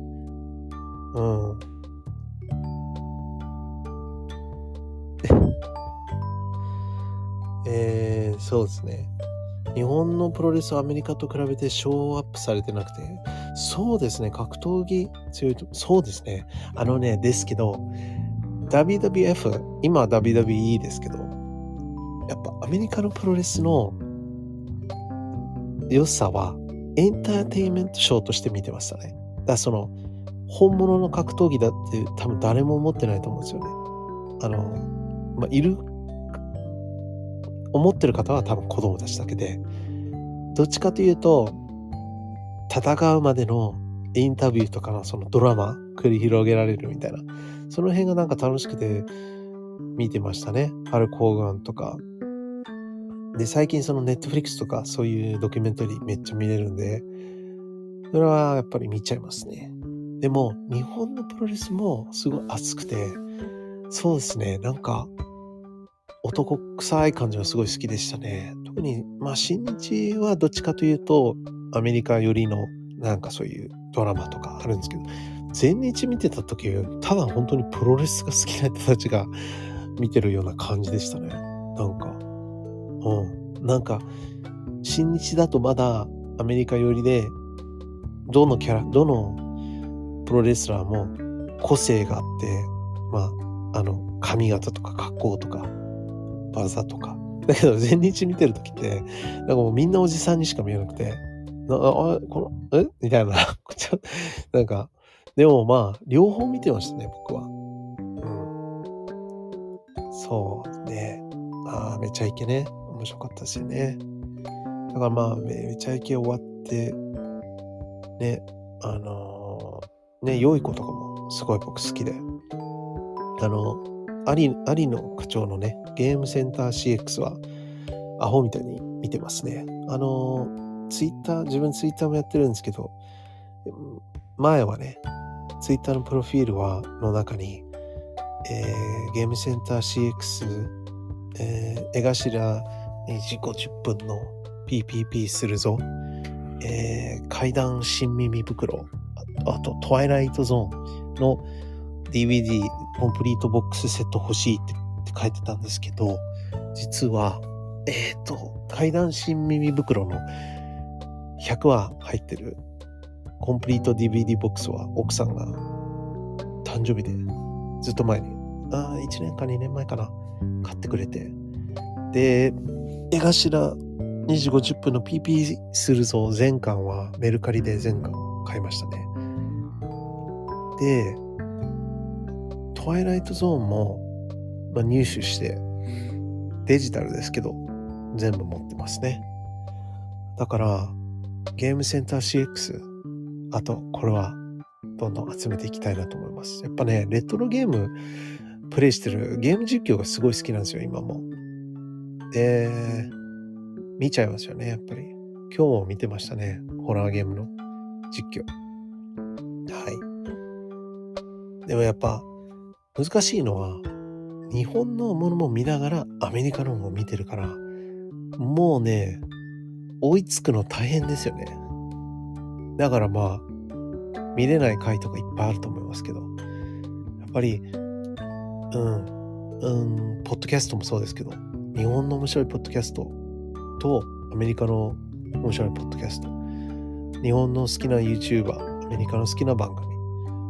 そうですね。日本のプロレスはアメリカと比べてショーアップされてなくて、そうですね、格闘技強いと、そうですね。ですけど、WWF、今は WWE ですけど、やっぱアメリカのプロレスの良さはエンターテインメントショーとして見てましたね。だからその本物の格闘技だって多分誰も思ってないと思うんですよね。思ってる方は多分子供たちだけで、どっちかというと戦うまでのインタビューとかのそのドラマ繰り広げられるみたいな、その辺がなんか楽しくて見てましたね。ハルク・ホーガンとかで、最近そのネットフリックスとかそういうドキュメンタリーめっちゃ見れるんで、それはやっぱり見ちゃいますね。でも日本のプロレスもすごい熱くて、そうですね、なんか男臭い感じがすごい好きでしたね。特に新日はどっちかというとアメリカ寄りのなんかそういうドラマとかあるんですけど、全日見てた時ただ本当にプロレスが好きな人たちが見てるような感じでしたね。なんか新日だとまだアメリカ寄りで、どのプロレスラーも個性があって、髪型とか格好とか技とか。だけど全日見てる時ってなんかもうみんなおじさんにしか見えなくて、みたいななんか、でも両方見てましたね、僕は。そうね。めちゃイケね、面白かったですよね。だからめちゃイケ終わってね、良い子とかもすごい僕好きで、有野課長のね、ゲームセンター CX はアホみたいに見てますね。自分ツイッターもやってるんですけど、前はね、ツイッターのプロフィールの中に、ゲームセンター CX、江頭2時50分の PPP するぞ、怪談新耳袋、あとトワイライトゾーンの DVD コンプリートボックスセット欲しいって書いてたんですけど、実は怪談新耳袋の100話入ってるコンプリート DVD ボックスは奥さんが誕生日でずっと前に1年か2年前かな買ってくれて、で江頭2時50分の PP するぞ全巻はメルカリで全巻買いましたね。でトワイライトゾーンも、入手してデジタルですけど全部持ってますね。だからゲームセンター CX、 あとこれはどんどん集めていきたいなと思います。やっぱね、レトロゲームプレイしてるゲーム実況がすごい好きなんですよ今も。で見ちゃいますよね、やっぱり。今日も見てましたね、ホラーゲームの実況。でもやっぱ難しいのは、日本のものも見ながらアメリカのも見てるから、もうね追いつくの大変ですよね。だから見れない回とかいっぱいあると思いますけど、やっぱりポッドキャストもそうですけど、日本の面白いポッドキャストとアメリカの面白いポッドキャスト、日本の好きな YouTuber、アメリカの好きな番組、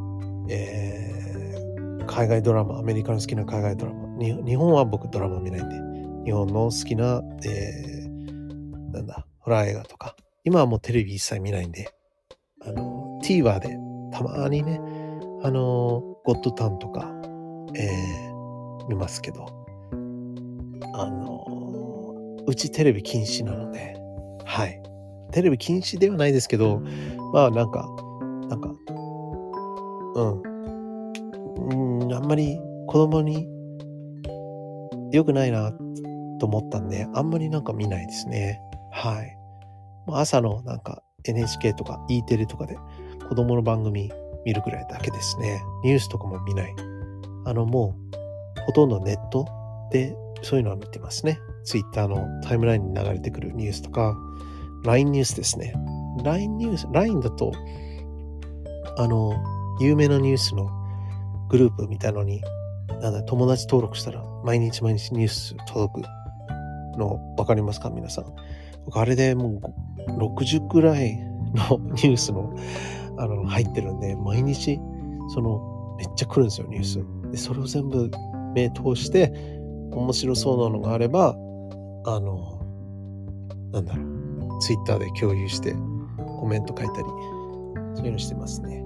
海外ドラマ、アメリカの好きな海外ドラマ、日本は僕ドラマ見ないんで、日本の好きな、ホラー映画とか、今はもうテレビ一切見ないんで、TVer でたまにね、ゴッドタンとか、見ますけど、うちテレビ禁止なので、テレビ禁止ではないですけど、あんまり子供に良くないなと思ったんで、あんまり見ないですね。朝のNHK とか E テレとかで子供の番組見るくらいだけですね。ニュースとかも見ない。もうほとんどネットでそういうのは見てますね。Twitter のタイムラインに流れてくるニュースとか、LINE ニュースですね。LINE だと有名なニュースのグループみたいのに友達登録したら毎日ニュース届くの分かりますか皆さん。僕あれでもう60くらいのニュースの入ってるんで、毎日めっちゃ来るんですよニュースで。それを全部目通して面白そうなのがあればツイッターで共有してコメント書いたり、そういうのしてますね。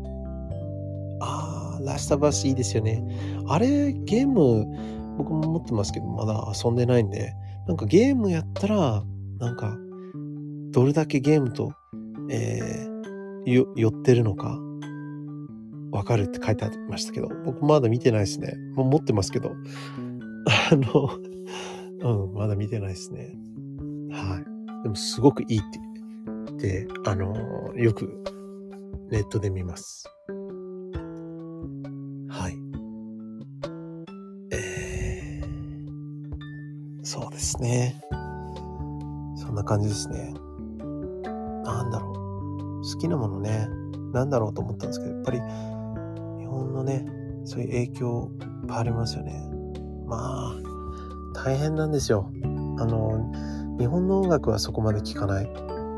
ラストバスいいですよね。あれ、ゲーム、僕も持ってますけど、まだ遊んでないんで、なんかゲームやったら、なんか、どれだけゲームと、寄ってるのか、わかるって書いてありましたけど、僕まだ見てないですね。もう持ってますけど、まだ見てないですね。はい。でもすごくいいって言って、よくネットで見ます。はい。そうですね。そんな感じですね。なんだろう。好きなものね、なんだろうと思ったんですけど、やっぱり日本のね、そういう影響いっぱいありますよね。まあ、大変なんですよ。日本の音楽はそこまで聴かない。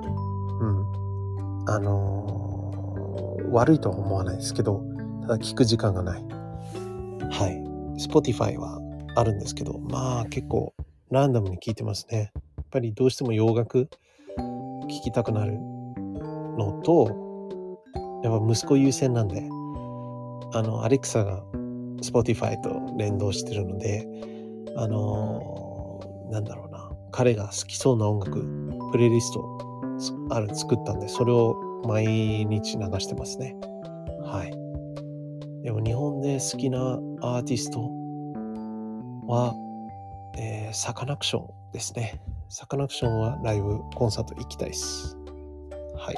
悪いとは思わないですけど、ただ聴く時間がない。はい。Spotify はあるんですけど、まあ結構ランダムに聴いてますね。やっぱりどうしても洋楽聴きたくなるのと、やっぱ息子優先なんで、アレクサが Spotify と連動してるので、なんだろうな、彼が好きそうな音楽、プレイリスト作ったんで、それを毎日流してますね。はい。でも日本で好きなアーティストは、サカナクションですね。サカナクションはライブコンサート行きたいです。はい。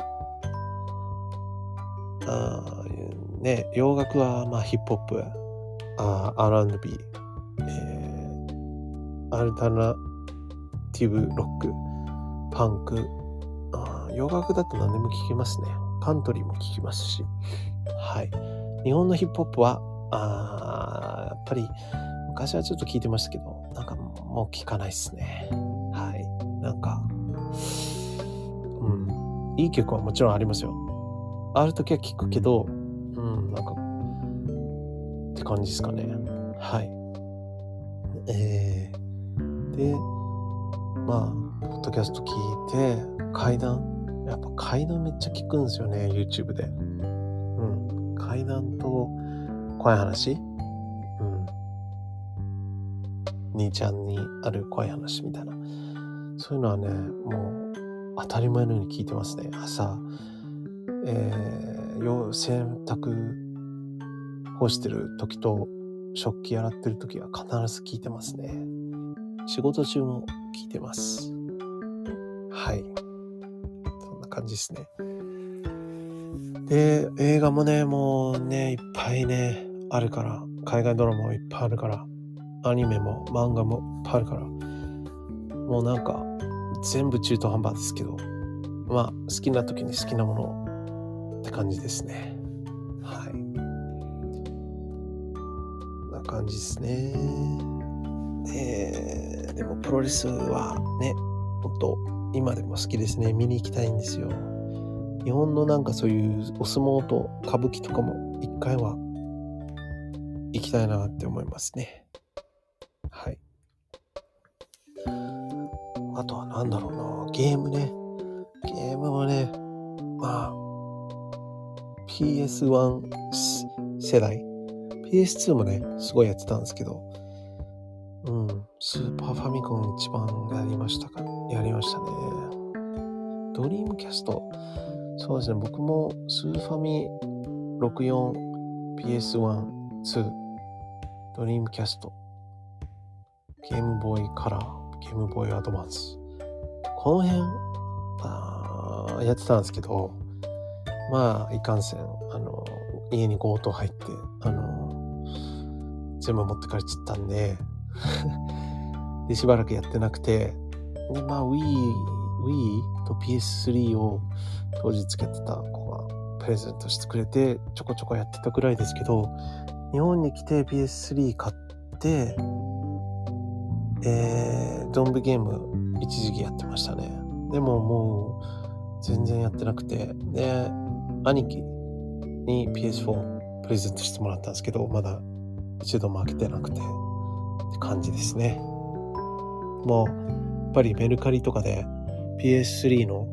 洋楽はまあヒップホップ、R&B、アルタナティブロック、パンク、洋楽だと何でも聴きますね。カントリーも聴きますし。はい。日本のヒップホップは、やっぱり昔はちょっと聞いてましたけど、なんかもう聞かないですね。はい。なんか、いい曲はもちろんありますよ。ある時は聞くけど、なんか、って感じですかね。はい。で、まあ、ポッドキャスト聞いて、やっぱ怪談めっちゃ聞くんですよね、YouTube で。怪談と怖い話、兄ちゃんにある怖い話みたいな。そういうのはね、もう当たり前のように聞いてますね。朝、洗濯干してる時と食器洗ってる時は必ず聞いてますね。仕事中も聞いてます。はい。そんな感じですね。で、映画もね、もうね、いっぱいね、あるから、海外ドラマもいっぱいあるから、アニメも漫画もいっぱいあるから、もうなんか、全部中途半端ですけど、まあ、好きな時に好きなものって感じですね。はい。こんな感じですね。でもプロレスはね、ほんと今でも好きですね。見に行きたいんですよ。日本のなんかそういうお相撲と歌舞伎とかも一回は行きたいなって思いますね。はい。あとはなんだろうな、ゲームね。ゲームはね、まあ PS1 世代、PS2 もね、すごいやってたんですけど、スーパーファミコン一番やりましたね。ドリームキャスト、そうですね、僕もスーファミ64、PS1、2、ドリームキャスト、ゲームボーイカラー、ゲームボーイアドバンス。この辺、やってたんですけど、まあ、いかんせん、家に強盗入って、全部持ってかれちゃったんで、で、しばらくやってなくて、で、まあ、Wii と PS3 を当時つけてた子がプレゼントしてくれて、ちょこちょこやってたくらいですけど、日本に来て PS3 買って、ゾンビゲーム一時期やってましたね。でももう全然やってなくて、で、兄貴に PS4 プレゼントしてもらったんですけど、まだ一度も開けてなくてって感じですね。もうやっぱりメルカリとかで PS3 の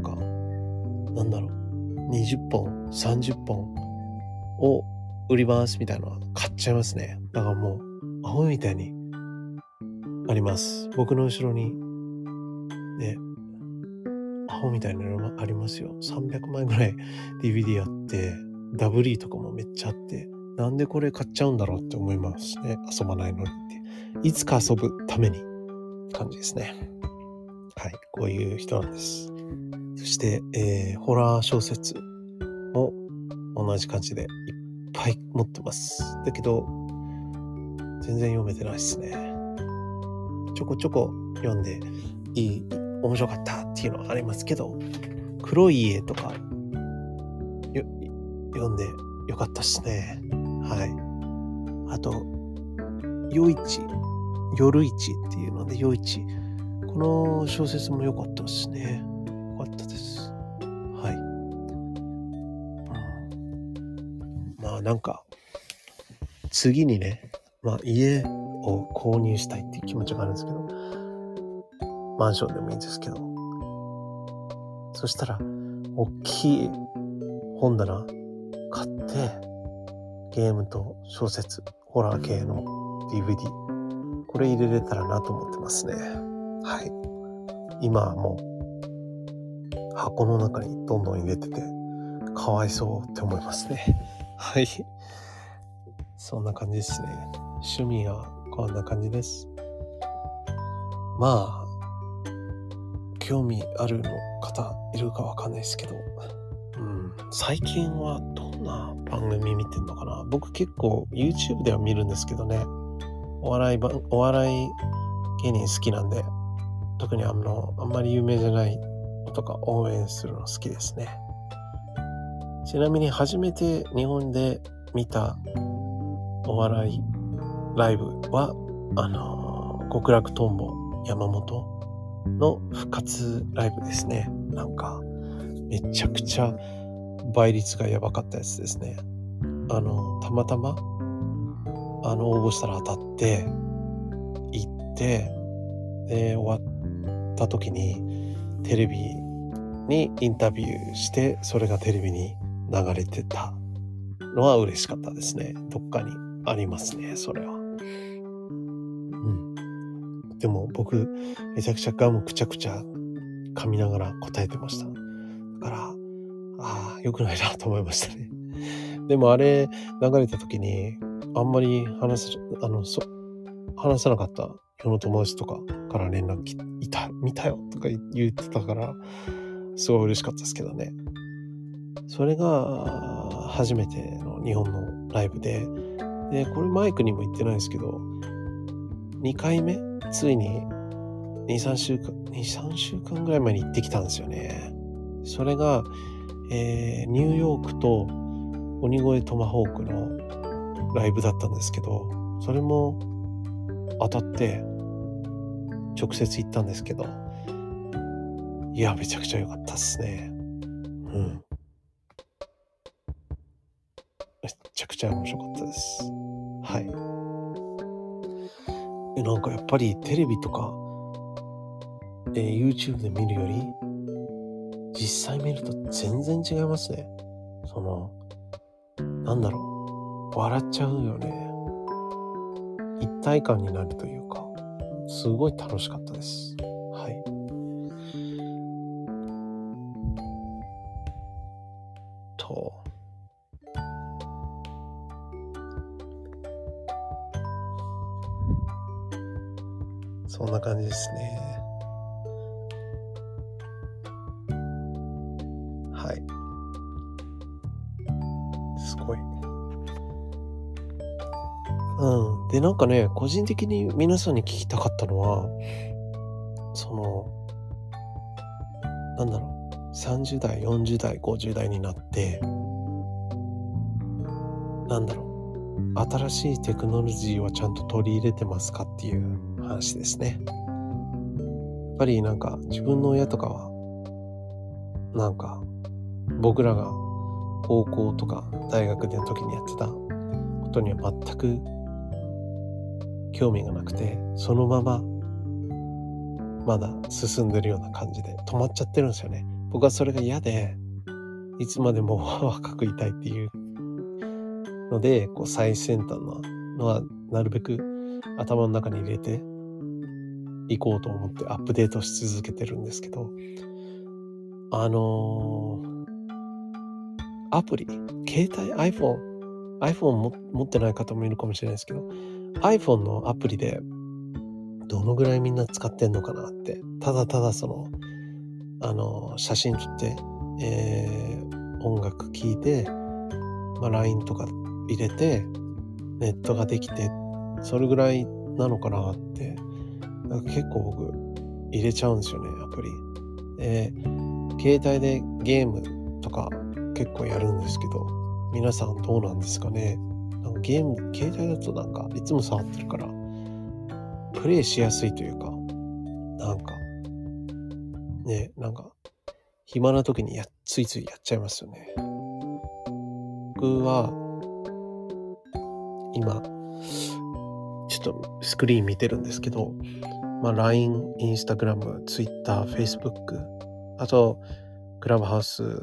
20本30本を売りますみたいなの買っちゃいますね。だからもうアホみたいにあります。僕の後ろにね、アホみたいなのありますよ。300枚ぐらい DVD あって、ダブリーとかもめっちゃあって、なんでこれ買っちゃうんだろうって思いますね。遊ばないのにって。いつか遊ぶために感じですね。はい、こういう人なんです。そして、ホラー小説も同じ感じでいっぱい持ってます。だけど全然読めてないですね。ちょこちょこ読んで面白かったっていうのはありますけど、黒い家とか読んでよかったですね。はい。あと夜市っていうので、夜市、この小説も良かったですね。良かったです。はい。まあなんか次にね、家を購入したいっていう気持ちがあるんですけど、マンションでもいいんですけど、そしたら大きい本棚買ってゲームと小説、ホラー系の DVD、 これ入れれたらなと思ってますね。はい。今はもう箱の中にどんどん入れててかわいそうって思いますね。はい。そんな感じですね。趣味はこんな感じです。まあ興味あるの方いるかわかんないですけど、最近はどんな番組見てんのかな。僕結構 YouTube では見るんですけどね、お笑い芸人好きなんで、特にあんまり有名じゃないのとか応援するの好きですね。ちなみに初めて日本で見たお笑いライブは極楽とんぼ山本の復活ライブですね。めちゃくちゃ倍率がやばかったやつですね。たまたま応募したら当たって行って、で終わった時にテレビにインタビューして、それがテレビに流れてたのは嬉しかったですね。どっかにありますね、それは。でも僕めちゃくちゃガムくちゃくちゃ噛みながら答えてました。だから良くないなと思いましたね。でもあれ流れた時にあんまり話さなかった世の友達とかから連絡見たよとか言ってたから、すごい嬉しかったですけどね。それが初めての日本のライブで、これマイクにも言ってないんですけど、2回目ついに2、3週間ぐらい前に行ってきたんですよね。それが、ニューヨークと鬼越トマホークのライブだったんですけど、それも当たって直接行ったんですけど、いやめちゃくちゃ良かったっすね。めちゃくちゃ面白かったです。はい。やっぱりテレビとか、YouTube で見るより実際見ると全然違いますね。笑っちゃうよね。一体感になるというか、すごい楽しかったです。はい。そんな感じですね。はい。すごい。で個人的に皆さんに聞きたかったのは、30代、40代、50代になって、新しいテクノロジーはちゃんと取り入れてますかっていう話ですね。やっぱり自分の親とかは僕らが高校とか大学での時にやってたことには全く興味がなくて、そのまままだ進んでるような感じで止まっちゃってるんですよね。僕はそれが嫌で、いつまでも若くいたいっていうので、こう最先端なのはなるべく頭の中に入れていこうと思ってアップデートし続けてるんですけど、アプリ、携帯 iPhone も持ってない方もいるかもしれないですけど、iPhone のアプリでどのぐらいみんな使ってんのかなって、ただただ写真撮って、音楽聴いて、LINE とか入れてネットができて、それぐらいなのかなって、結構僕入れちゃうんですよね、アプリ。携帯でゲームとか結構やるんですけど、皆さんどうなんですかね。ゲーム携帯だといつも触ってるからプレイしやすいというか、暇な時についついやっちゃいますよね。僕は今ちょっとスクリーン見てるんですけど、LINE、Instagram、Twitter、Facebook、あとクラブハウス、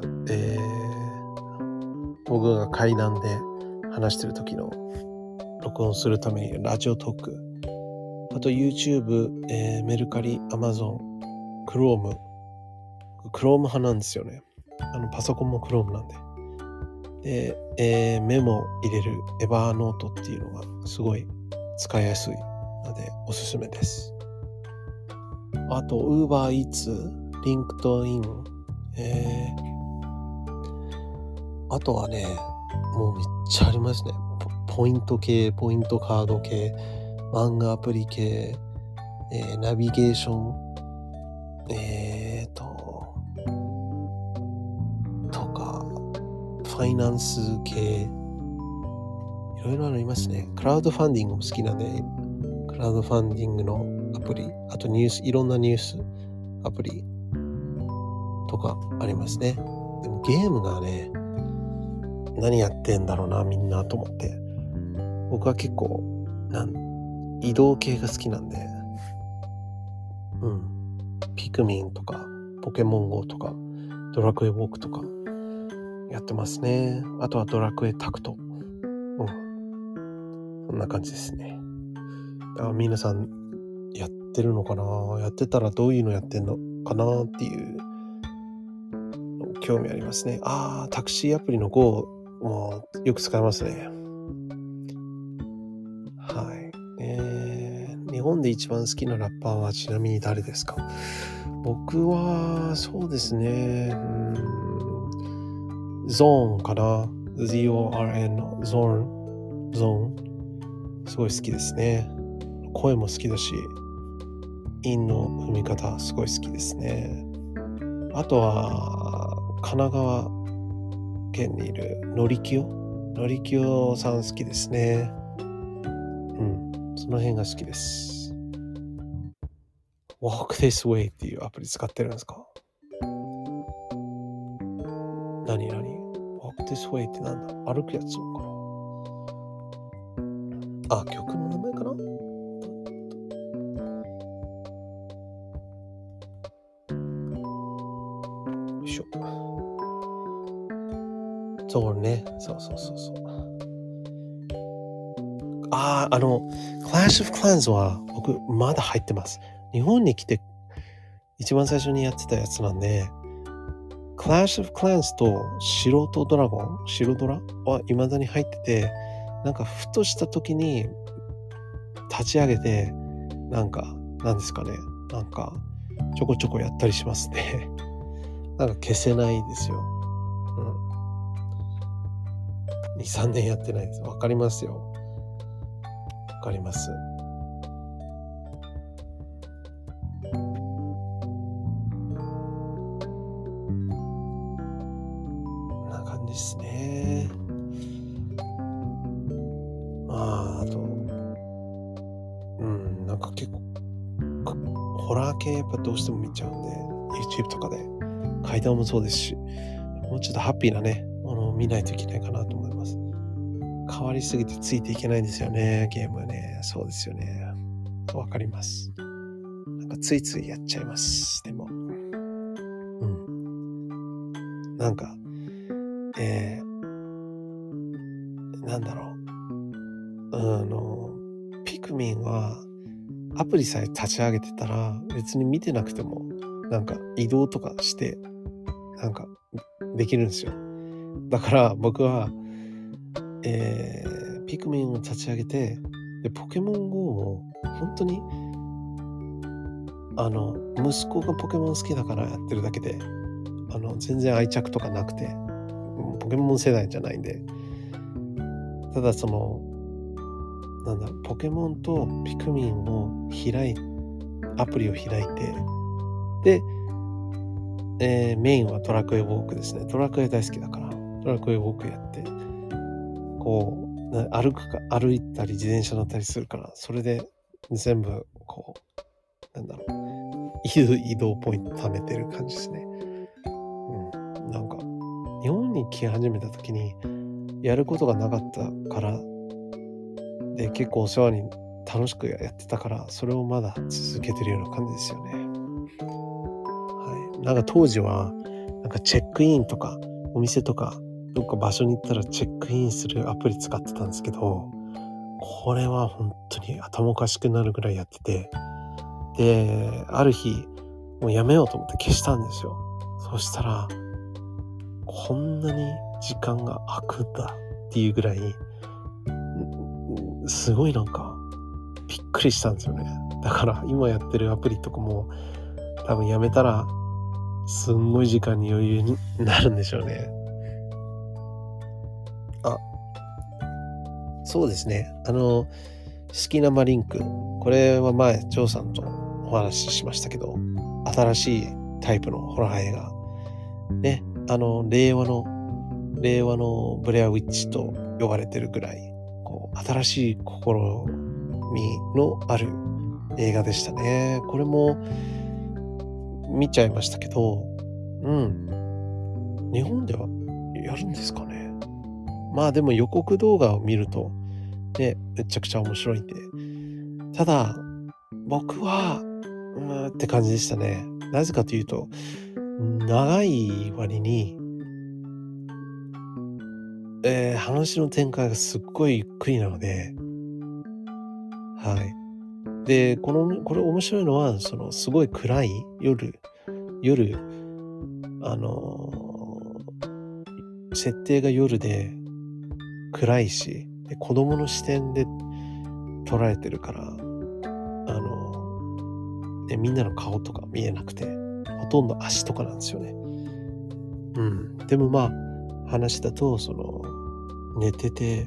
僕が階段で話してる時の録音するためにラジオトーク、あと YouTube、メルカリ、Amazon、Chrome 派なんですよね。パソコンも Chrome なんで。で、メモ入れるエバーノートっていうのがすごい使いやすいのでおすすめです。あと Uber Eats、LinkedIn、あとはね、もうめっちゃありますね。ポイント系、ポイントカード系、漫画アプリ系、ナビゲーション、とか、ファイナンス系、いろいろありますね。クラウドファンディングも好きなんで、クラウドファンディングのアプリ、あといろんなニュースアプリとかありますね。でもゲームがね、何やってんだろうなみんなと思って、僕は結構移動系が好きなんで、ピクミンとかポケモン GO とかドラクエウォークとかやってますね。あとはドラクエタクト、そんな感じですね。だから皆さんやってるのかな、やってたらどういうのやってんのかなっていう興味ありますね。タクシーアプリの GO もよく使いますね。はい。日本で一番好きなラッパーはちなみに誰ですか？僕はそうですね、ゾーンかな。ZORN のゾーンすごい好きですね。声も好きだし、韻の踏み方すごい好きですね。あとは神奈川県にいるのりきよさん好きですね。その辺が好きです。Walk This Way っていうアプリ使ってるんですか？何 Walk This Way ってなんだ？歩くやつかな？曲の名前かな？よいしょ。そうね。そう。Clash of Clans は僕まだ入ってます。日本に来て一番最初にやってたやつなんで、Clash of Clans と白ドラは未だに入ってて、ふとした時に立ち上げて、なんですかね、ちょこちょこやったりしますね。消せないですよ。2、3年やってないです。わかりますよ。わかります。こんな感じですね。あと、結構ホラー系やっぱどうしても見ちゃうんで、YouTube とかで怪談もそうですし、もうちょっとハッピーなねものを見ないといけないかなと思います。変わりすぎてついていけないんですよね、ゲームはね。そうですよね。わかります。 かついついやっちゃいます。でも、なんか、なんだろう。ピクミンはアプリさえ立ち上げてたら別に見てなくてもなんか移動とかしてなんかできるんですよ。だから僕は、ピクミンを立ち上げて、でポケモン GO を本当に息子がポケモン好きだからやってるだけで全然愛着とかなくて、ポケモン世代じゃないんで、ただポケモンとピクミンをアプリを開いて、で、メインはドラクエウォークですね。ドラクエ大好きだからドラクエウォークやって、こう歩いたり自転車乗ったりするから、それで全部こう移動ポイント貯めてる感じですね。なんか日本に来始めた時にやることがなかったからで、結構お世話に楽しくやってたから、それをまだ続けてるような感じですよね。はい。なんか当時はなんかチェックインとかお店とかどっか場所に行ったらチェックインするアプリ使ってたんですけど、これは本当に頭おかしくなるぐらいやってて、である日もうやめようと思って消したんですよ。そしたらこんなに時間が空くんだっていうぐらいすごいなんかびっくりしたんですよね。だから今やってるアプリとかも多分やめたらすんごい時間に余裕になるんでしょうね。そうですね。好きなマリンク、これは前ジョーさんとお話ししましたけど、新しいタイプのホラー映画ね、令和のブレアウィッチと呼ばれてるぐらい新しい試みのある映画でしたね。これも見ちゃいましたけど、日本ではやるんですかね。まあでも予告動画を見るとね、めちゃくちゃ面白いんで、ただ僕はって感じでしたね。なぜかというと長い割に、話の展開がすっごいゆっくりなので、はい。で、これ面白いのは、すごい暗い夜、設定が夜で暗いし、で子供の視点で捉えてるから、みんなの顔とか見えなくて、ほとんど足とかなんですよね。でもまあ、話だと、寝てて、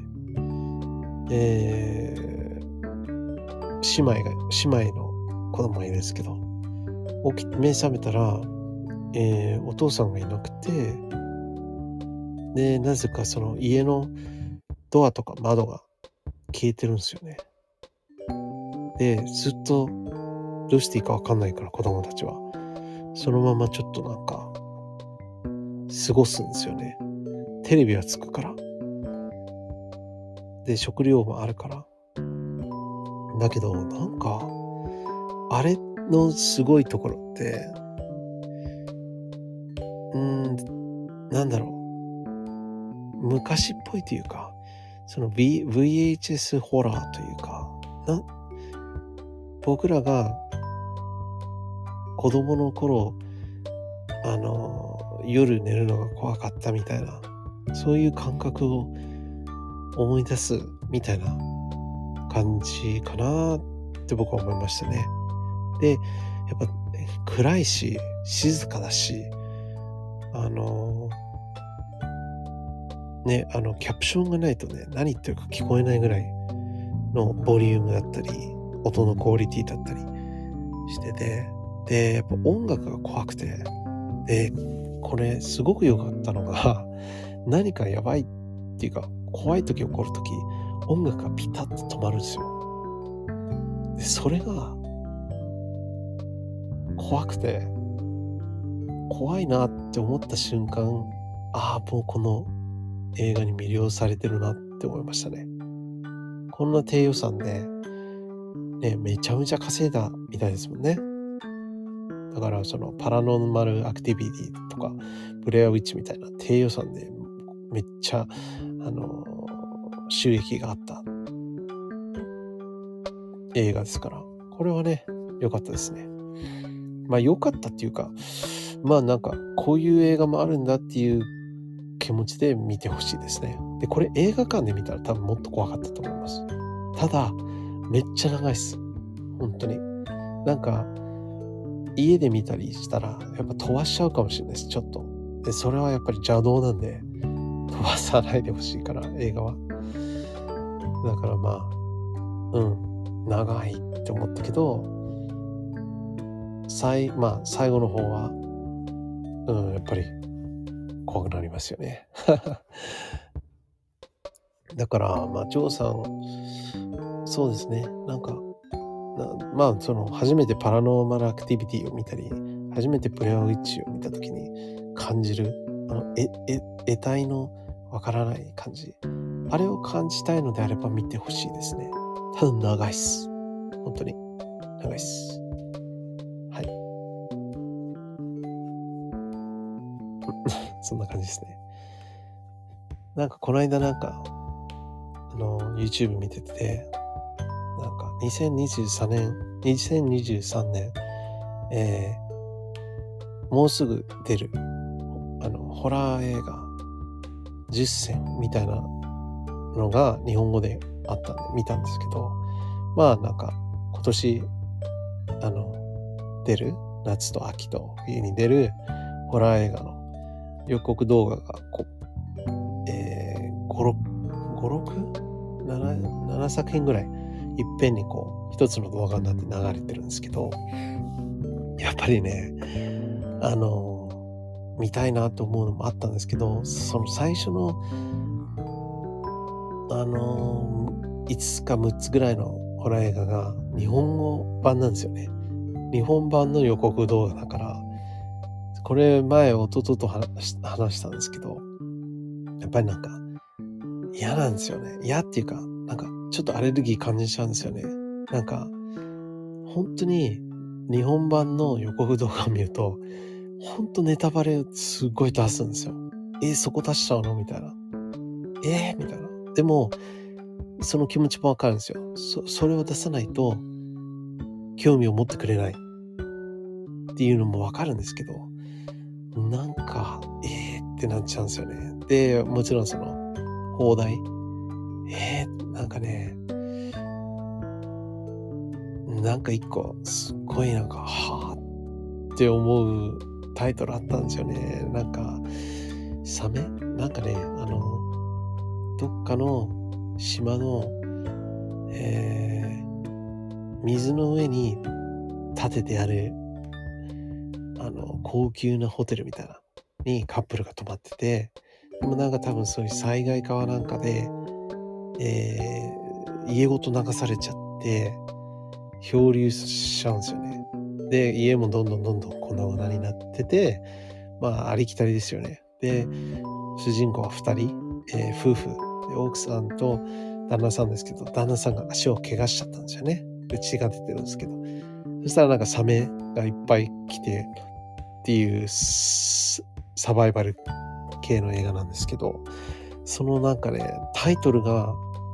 姉妹の子供がいるんですけど、目覚めたら、お父さんがいなくて、でなぜか家のドアとか窓が消えてるんですよね。でずっとどうしていいか分かんないから、子供たちはそのままちょっとなんか過ごすんですよね。テレビはつくから、で食料もあるから。だけどなんかあれのすごいところって、なんだろう、昔っぽいというか、VHS ホラーというか、僕らが子供の頃夜寝るのが怖かったみたいな、そういう感覚を思い出すみたいな感じかなって僕は思いましたね。でやっぱ暗いし静かだし、キャプションがないとね、何言ってるか聞こえないぐらいのボリュームだったり音のクオリティだったりしてて、でやっぱ音楽が怖くて、でこれすごく良かったのが何かやばいっていうか怖い時起こる時、音楽がピタッと止まるんですよ。でそれが怖くて、怖いなって思った瞬間、もうこの映画に魅了されてるなって思いましたね。こんな低予算でね、めちゃめちゃ稼いだみたいですもんね。 だからそのパラノーマルアクティビティとかブレアウィッチみたいな低予算でめっちゃ収益があった映画ですから、これはね良かったですね。まあ良かったっていうか、まあなんかこういう映画もあるんだっていう気持ちで見てほしいですね。でこれ映画館で見たら多分もっと怖かったと思います。ただめっちゃ長いっす、本当に。なんか家で見たりしたらやっぱ飛ばしちゃうかもしれないです、ちょっと。でそれはやっぱり邪道なんで飛ばさないでほしいから、映画は。だからまあ長いって思ったけど、最後の方はやっぱり怖くなりますよね。だからまあジョーさん、そうですね、なんかまあその初めてパラノーマルアクティビティを見たり、初めてブレアウィッチを見た時に感じる得体のわからない感じ、あれを感じたいのであれば見てほしいですね。ただ長いっす、本当に長いっす。はい。そんな感じですね。なんかこの間YouTube 見てて、なんか2023年、もうすぐ出るホラー映画10選みたいなのが日本語であったんで見たんですけど、まあなんか今年出る夏と秋と冬に出るホラー映画の予告動画が7作品ぐらいいっぺんに一つの動画になって流れてるんですけど、やっぱりね見たいなと思うのもあったんですけど、その最初の5つか6つぐらいのホラー映画が日本語版なんですよね。日本版の予告動画だから、これ前弟と話したんですけど、やっぱりなんか嫌なんですよね。嫌っていうか、なんかちょっとアレルギー感じちゃうんですよね。なんか本当に日本版の予告動画を見ると本当ネタバレすっごい出すんですよ。そこ出しちゃうのみたいな。みたいな。でもその気持ちもわかるんですよ。それを出さないと興味を持ってくれないっていうのもわかるんですけど、なんかってなっちゃうんですよね。でもちろんその放題なんかね、なんか一個すっごいなんかはぁって思うタイトルあったんですよね。なんかサメなんかね、どっかの島の水の上に建ててある高級なホテルみたいなにカップルが泊まってて、でもなんか多分そういう災害かなんかで、家ごと流されちゃって漂流しちゃうんですよね。で家もどんどん粉々になってて、まあありきたりですよね。で主人公は2人、夫婦で奥さんと旦那さんですけど、旦那さんが足を怪我しちゃったんですよね。で血が出てるんですけど、そしたらなんかサメがいっぱい来てっていうサバイバル系の映画なんですけど、そのなんかねタイトルが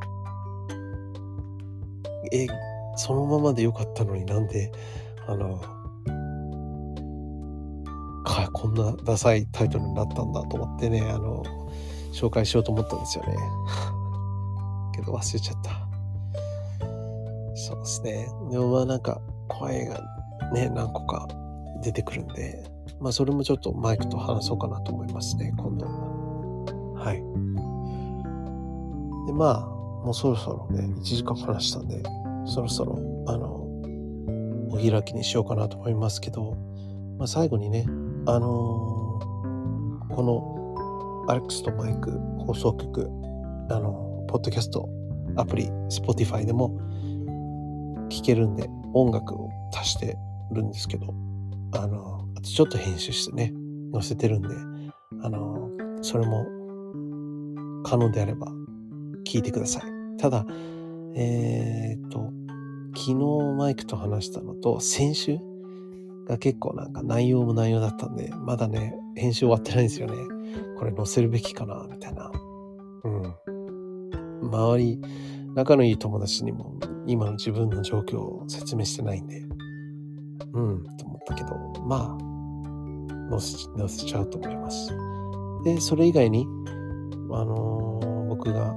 そのままでよかったのになんでこんなダサいタイトルになったんだと思ってね、紹介しようと思ったんですよね。けど忘れちゃった。そうですね。でもまあなんか怖い映画ね何個か出てくるんで、まあそれもちょっとマイクと話そうかなと思いますね、今度。はい。でまあもうそろそろね1時間話したんで、そろそろお開きにしようかなと思いますけど、まあ、最後にねこのアレックスとマイク放送局ポッドキャストアプリ Spotify でも聴けるんで、音楽を足してるんですけど、あとちょっと編集してね載せてるんで、それも可能であれば聞いてください。ただ昨日マイクと話したのと先週が結構なんか内容も内容だったんで、まだね、編集終わってないんですよね。これ載せるべきかなみたいな。周り、仲のいい友達にも今の自分の状況を説明してないんで、と思ったけど、まあ、載せちゃうと思います。で、それ以外に、僕が、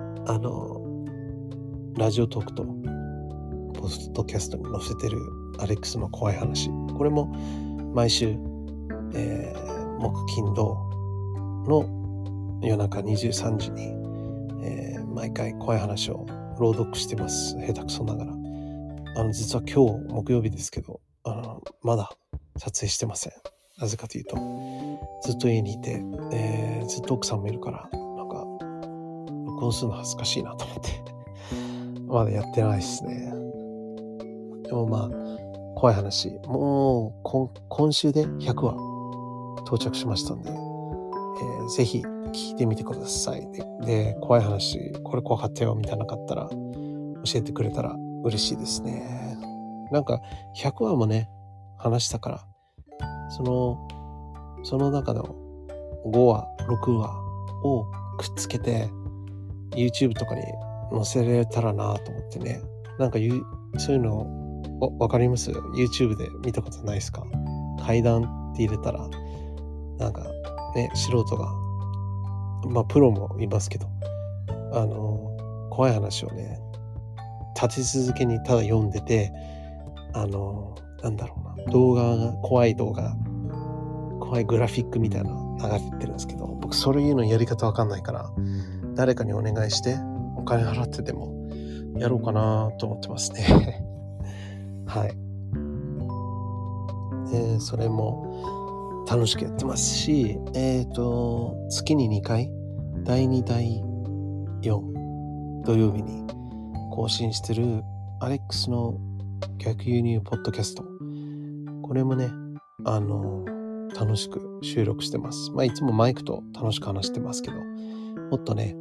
ラジオトークと、ポッドキャストに載せてるアレックスの怖い話。これも毎週、木金土の夜中23時に、毎回怖い話を朗読してます。下手くそながら。実は今日木曜日ですけど、まだ撮影してません。なぜかというと、ずっと家にいて、ずっと奥さんもいるから、なんか、録音するの恥ずかしいなと思って、まだやってないですね。でもまあ、怖い話、もう今週で100話到着しましたんで、ぜひ聞いてみてください。で、怖い話、これ怖かったよみたいなのがあったら、教えてくれたら嬉しいですね。なんか、100話もね、話したから、その中の5話、6話をくっつけて YouTube とかに載せれたらなと思ってね。なんかそういうのわかります？ YouTube で見たことないですか？怪談って入れたらなんかね、素人がまあプロもいますけど怖い話をね立て続けにただ読んでてなんだろうな、怖いグラフィックみたいなの流れてるんですけど、僕そういうのやり方わかんないから誰かにお願いしてお金払ってでもやろうかなと思ってますねはい、それも楽しくやってますし、月に2回第2第4土曜日に更新してるアレックスの逆輸入ポッドキャスト、これもね楽しく収録してます。まあいつもマイクと楽しく話してますけど、もっとね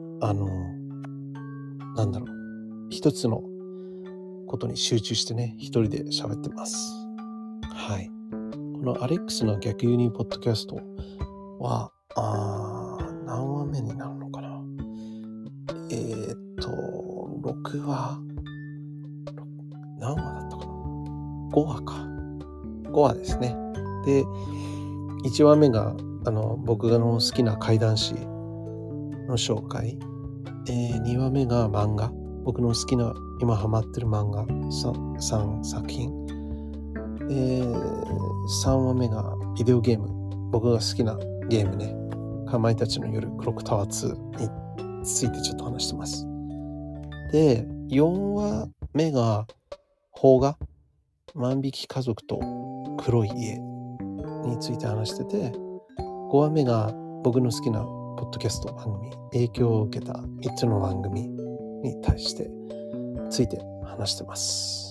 なんだろう、一つのことに集中してね一人で喋ってます。はい。このアレックスの逆輸入ポッドキャストは何話目になるのかな。6話何話だったかな、5話か、5話ですね。で1話目が僕が好きな怪談師の紹介、2話目が漫画、僕の好きな今ハマってる漫画 3作品、3話目がビデオゲーム、僕が好きなゲームね、かまいたちの夜クロックタワー2についてちょっと話してます。で4話目が邦画万引き家族と黒い家について話してて、5話目が僕の好きなポッドキャスト番組、影響を受けた3つの番組に対してついて話してます。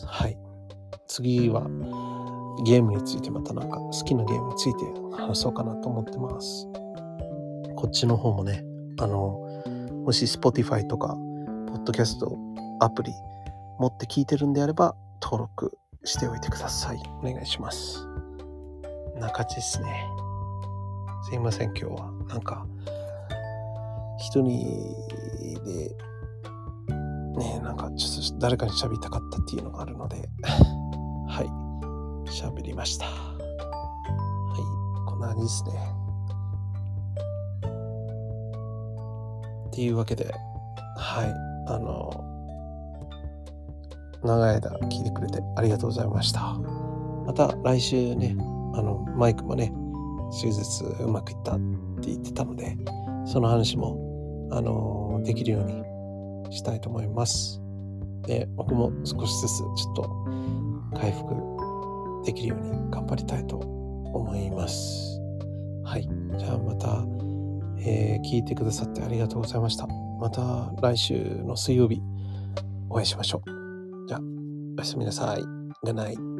はい。次はゲームについて、またなんか好きなゲームについて話そうかなと思ってます。こっちの方もね、もし Spotify とかポッドキャストアプリ持って聞いてるんであれば登録しておいてください。お願いします。な感じですね。すいません、今日はなんか一人でね、なんかちょっと誰かに喋りたかったっていうのがあるのではい喋りました。はい、こんな感じですね。っていうわけで、はい長い間聞いてくれてありがとうございました。また来週ね、マイクもね手術うまくいったって言ってたので、その話もできるようにしたいと思います。で、僕も少しずつちょっと回復できるように頑張りたいと思います。はい、じゃあまた、聞いてくださってありがとうございました。また来週の水曜日お会いしましょう。じゃあおやすみなさい。Good night。